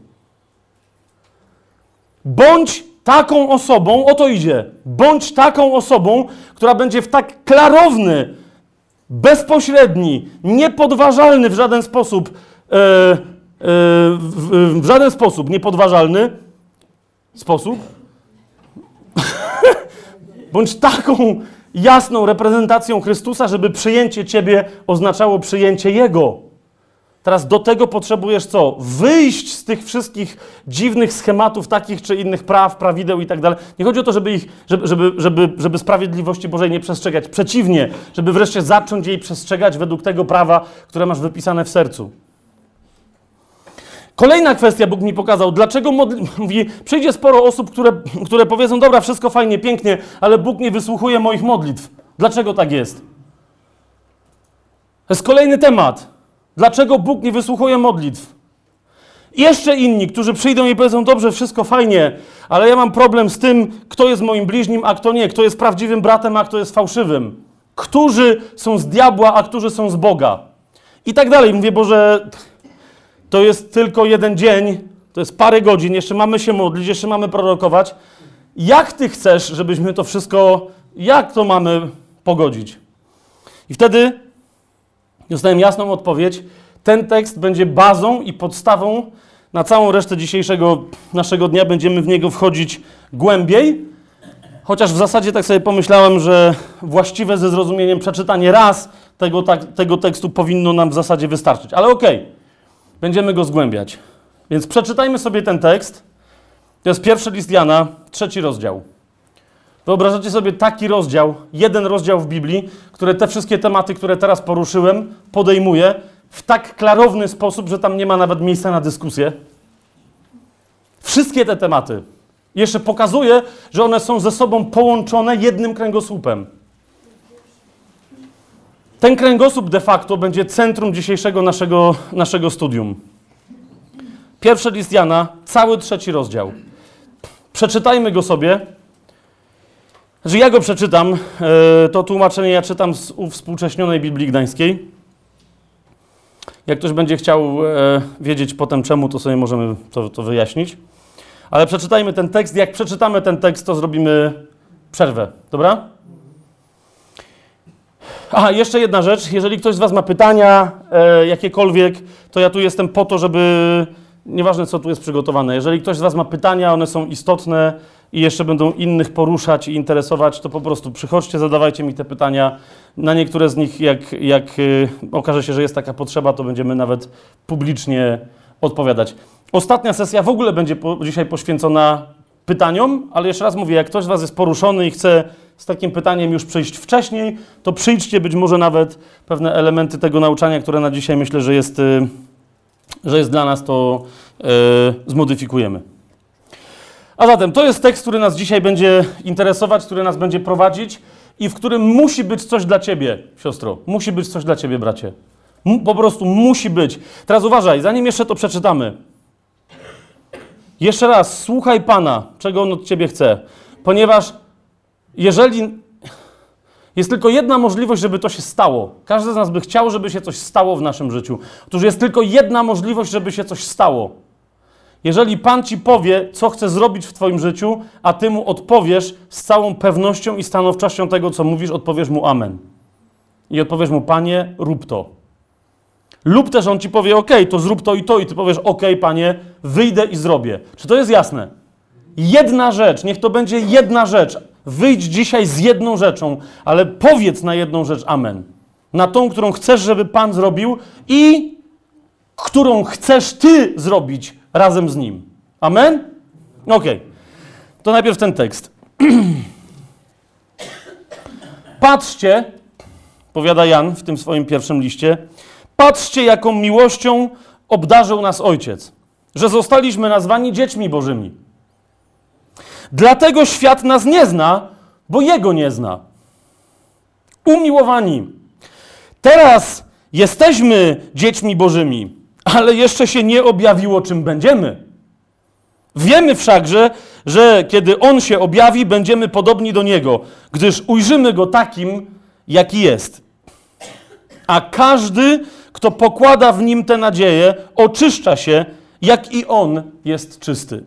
Bądź taką osobą, o to idzie, bądź taką osobą, która będzie w tak klarowny, bezpośredni, niepodważalny w żaden sposób, e, e, w, w żaden sposób niepodważalny sposób, bądź taką jasną reprezentacją Chrystusa, żeby przyjęcie Ciebie oznaczało przyjęcie Jego. Teraz do tego potrzebujesz co? Wyjść z tych wszystkich dziwnych schematów, takich czy innych praw, prawideł i tak dalej. Nie chodzi o to, żeby, ich, żeby, żeby, żeby, żeby sprawiedliwości Bożej nie przestrzegać. Przeciwnie, żeby wreszcie zacząć jej przestrzegać według tego prawa, które masz wypisane w sercu. Kolejna kwestia Bóg mi pokazał. Dlaczego modli... Mówi, przyjdzie sporo osób, które, które powiedzą, dobra, wszystko fajnie, pięknie, ale Bóg nie wysłuchuje moich modlitw. Dlaczego tak jest? To jest kolejny temat. Dlaczego Bóg nie wysłuchuje modlitw? I jeszcze inni, którzy przyjdą i powiedzą, dobrze, wszystko fajnie, ale ja mam problem z tym, kto jest moim bliźnim, a kto nie, kto jest prawdziwym bratem, a kto jest fałszywym. Którzy są z diabła, a którzy są z Boga. I tak dalej. Mówię, Boże, to jest tylko jeden dzień, to jest parę godzin, jeszcze mamy się modlić, jeszcze mamy prorokować. Jak Ty chcesz, żebyśmy to wszystko, jak to mamy pogodzić? I wtedy dostałem jasną odpowiedź. Ten tekst będzie bazą i podstawą na całą resztę dzisiejszego naszego dnia. Będziemy w niego wchodzić głębiej. Chociaż w zasadzie tak sobie pomyślałem, że właściwe ze zrozumieniem przeczytanie raz tego, tak, tego tekstu powinno nam w zasadzie wystarczyć. Ale okej, okay, będziemy go zgłębiać. Więc przeczytajmy sobie ten tekst. To jest pierwszy list Jana, trzeci rozdział. Wyobrażacie sobie taki rozdział, jeden rozdział w Biblii, który te wszystkie tematy, które teraz poruszyłem, podejmuje w tak klarowny sposób, że tam nie ma nawet miejsca na dyskusję. Wszystkie te tematy. Jeszcze pokazuje, że one są ze sobą połączone jednym kręgosłupem. Ten kręgosłup de facto będzie centrum dzisiejszego naszego, naszego studium. Pierwszy list Jana, cały trzeci rozdział. Przeczytajmy go sobie. Znaczy ja go przeczytam, to tłumaczenie ja czytam z uwspółcześnionej Biblii Gdańskiej. Jak ktoś będzie chciał wiedzieć potem czemu, to sobie możemy to, to wyjaśnić. Ale przeczytajmy ten tekst. Jak przeczytamy ten tekst, to zrobimy przerwę. Dobra? Aha, jeszcze jedna rzecz. Jeżeli ktoś z was ma pytania, e, jakiekolwiek, to ja tu jestem po to, żeby... Nieważne, co tu jest przygotowane. Jeżeli ktoś z was ma pytania, one są istotne i jeszcze będą innych poruszać i interesować, to po prostu przychodźcie, zadawajcie mi te pytania. Na niektóre z nich, jak, jak y, okaże się, że jest taka potrzeba, to będziemy nawet publicznie odpowiadać. Ostatnia sesja w ogóle będzie po, dzisiaj poświęcona pytaniom, ale jeszcze raz mówię, jak ktoś z was jest poruszony i chce z takim pytaniem już przyjść wcześniej, to przyjdźcie, być może nawet pewne elementy tego nauczania, które na dzisiaj myślę, że jest, y, że jest dla nas, to y, zmodyfikujemy. A zatem to jest tekst, który nas dzisiaj będzie interesować, który nas będzie prowadzić i w którym musi być coś dla ciebie, siostro. Musi być coś dla ciebie, bracie. M- po prostu musi być. Teraz uważaj, zanim jeszcze to przeczytamy. Jeszcze raz, słuchaj Pana, czego On od ciebie chce. Ponieważ jeżeli jest tylko jedna możliwość, żeby to się stało. Każdy z nas by chciał, żeby się coś stało w naszym życiu. Otóż jest tylko jedna możliwość, żeby się coś stało. Jeżeli Pan ci powie, co chce zrobić w twoim życiu, a ty mu odpowiesz z całą pewnością i stanowczością tego, co mówisz, odpowiesz mu amen. I odpowiesz mu, Panie, rób to. Lub też on ci powie, ok, to zrób to i to, i ty powiesz, ok, Panie, wyjdę i zrobię. Czy to jest jasne? Jedna rzecz, niech to będzie jedna rzecz. Wyjdź dzisiaj z jedną rzeczą, ale powiedz na jedną rzecz amen. Na tą, którą chcesz, żeby Pan zrobił i którą chcesz ty zrobić razem z Nim. Amen? Okej. Okay. To najpierw ten tekst. Patrzcie, powiada Jan w tym swoim pierwszym liście, patrzcie, jaką miłością obdarzył nas Ojciec, że zostaliśmy nazwani dziećmi Bożymi. Dlatego świat nas nie zna, bo Jego nie zna. Umiłowani, teraz jesteśmy dziećmi Bożymi, ale jeszcze się nie objawiło, czym będziemy. Wiemy wszakże, że kiedy On się objawi, będziemy podobni do Niego, gdyż ujrzymy Go takim, jaki jest. A każdy, kto pokłada w Nim tę nadzieję, oczyszcza się, jak i On jest czysty.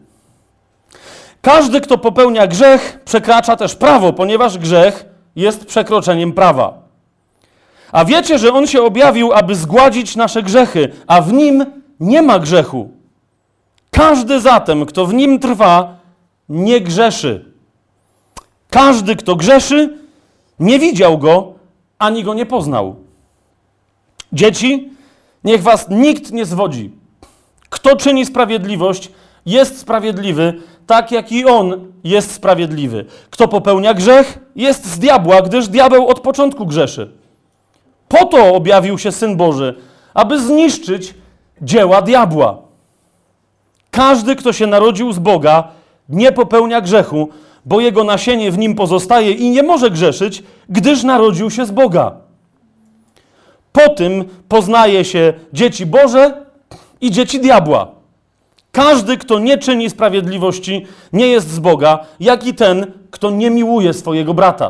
Każdy, kto popełnia grzech, przekracza też prawo, ponieważ grzech jest przekroczeniem prawa. A wiecie, że On się objawił, aby zgładzić nasze grzechy, a w Nim nie ma grzechu. Każdy zatem, kto w Nim trwa, nie grzeszy. Każdy, kto grzeszy, nie widział Go, ani Go nie poznał. Dzieci, niech was nikt nie zwodzi. Kto czyni sprawiedliwość, jest sprawiedliwy, tak jak i On jest sprawiedliwy. Kto popełnia grzech, jest z diabła, gdyż diabeł od początku grzeszy. Po to objawił się Syn Boży, aby zniszczyć dzieła diabła. Każdy, kto się narodził z Boga, nie popełnia grzechu, bo jego nasienie w nim pozostaje i nie może grzeszyć, gdyż narodził się z Boga. Po tym poznaje się dzieci Boże i dzieci diabła. Każdy, kto nie czyni sprawiedliwości, nie jest z Boga, jak i ten, kto nie miłuje swojego brata.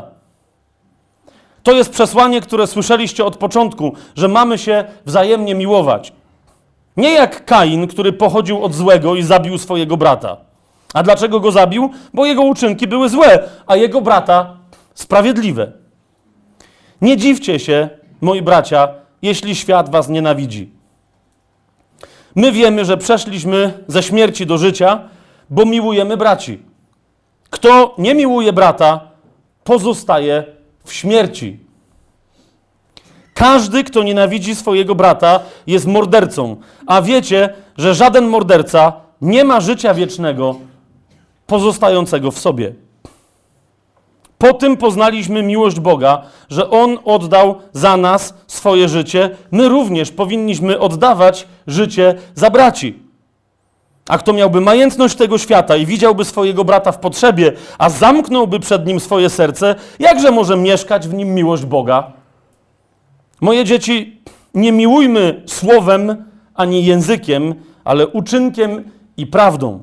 To jest przesłanie, które słyszeliście od początku, że mamy się wzajemnie miłować. Nie jak Kain, który pochodził od złego i zabił swojego brata. A dlaczego go zabił? Bo jego uczynki były złe, a jego brata sprawiedliwe. Nie dziwcie się, moi bracia, jeśli świat was nienawidzi. My wiemy, że przeszliśmy ze śmierci do życia, bo miłujemy braci. Kto nie miłuje brata, pozostaje w śmierci. Każdy, kto nienawidzi swojego brata, jest mordercą, a wiecie, że żaden morderca nie ma życia wiecznego pozostającego w sobie. Po tym poznaliśmy miłość Boga, że On oddał za nas swoje życie. My również powinniśmy oddawać życie za braci. A kto miałby majętność tego świata i widziałby swojego brata w potrzebie, a zamknąłby przed nim swoje serce, jakże może mieszkać w nim miłość Boga? Moje dzieci, nie miłujmy słowem ani językiem, ale uczynkiem i prawdą.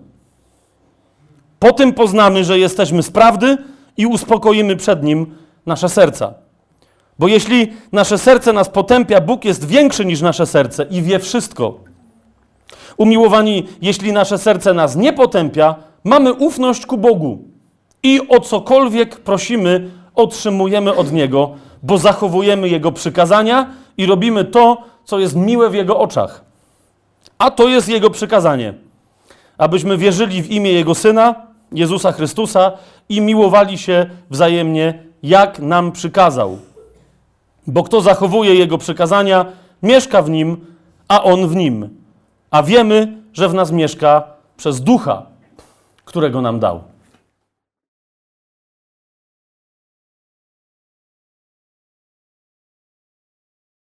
Po tym poznamy, że jesteśmy z prawdy i uspokoimy przed Nim nasze serca. Bo jeśli nasze serce nas potępia, Bóg jest większy niż nasze serce i wie wszystko. Umiłowani, jeśli nasze serce nas nie potępia, mamy ufność ku Bogu i o cokolwiek prosimy, otrzymujemy od Niego, bo zachowujemy Jego przykazania i robimy to, co jest miłe w Jego oczach. A to jest Jego przykazanie, abyśmy wierzyli w imię Jego Syna, Jezusa Chrystusa i miłowali się wzajemnie, jak nam przykazał. Bo kto zachowuje Jego przykazania, mieszka w Nim, a On w Nim. A wiemy, że w nas mieszka przez Ducha, którego nam dał.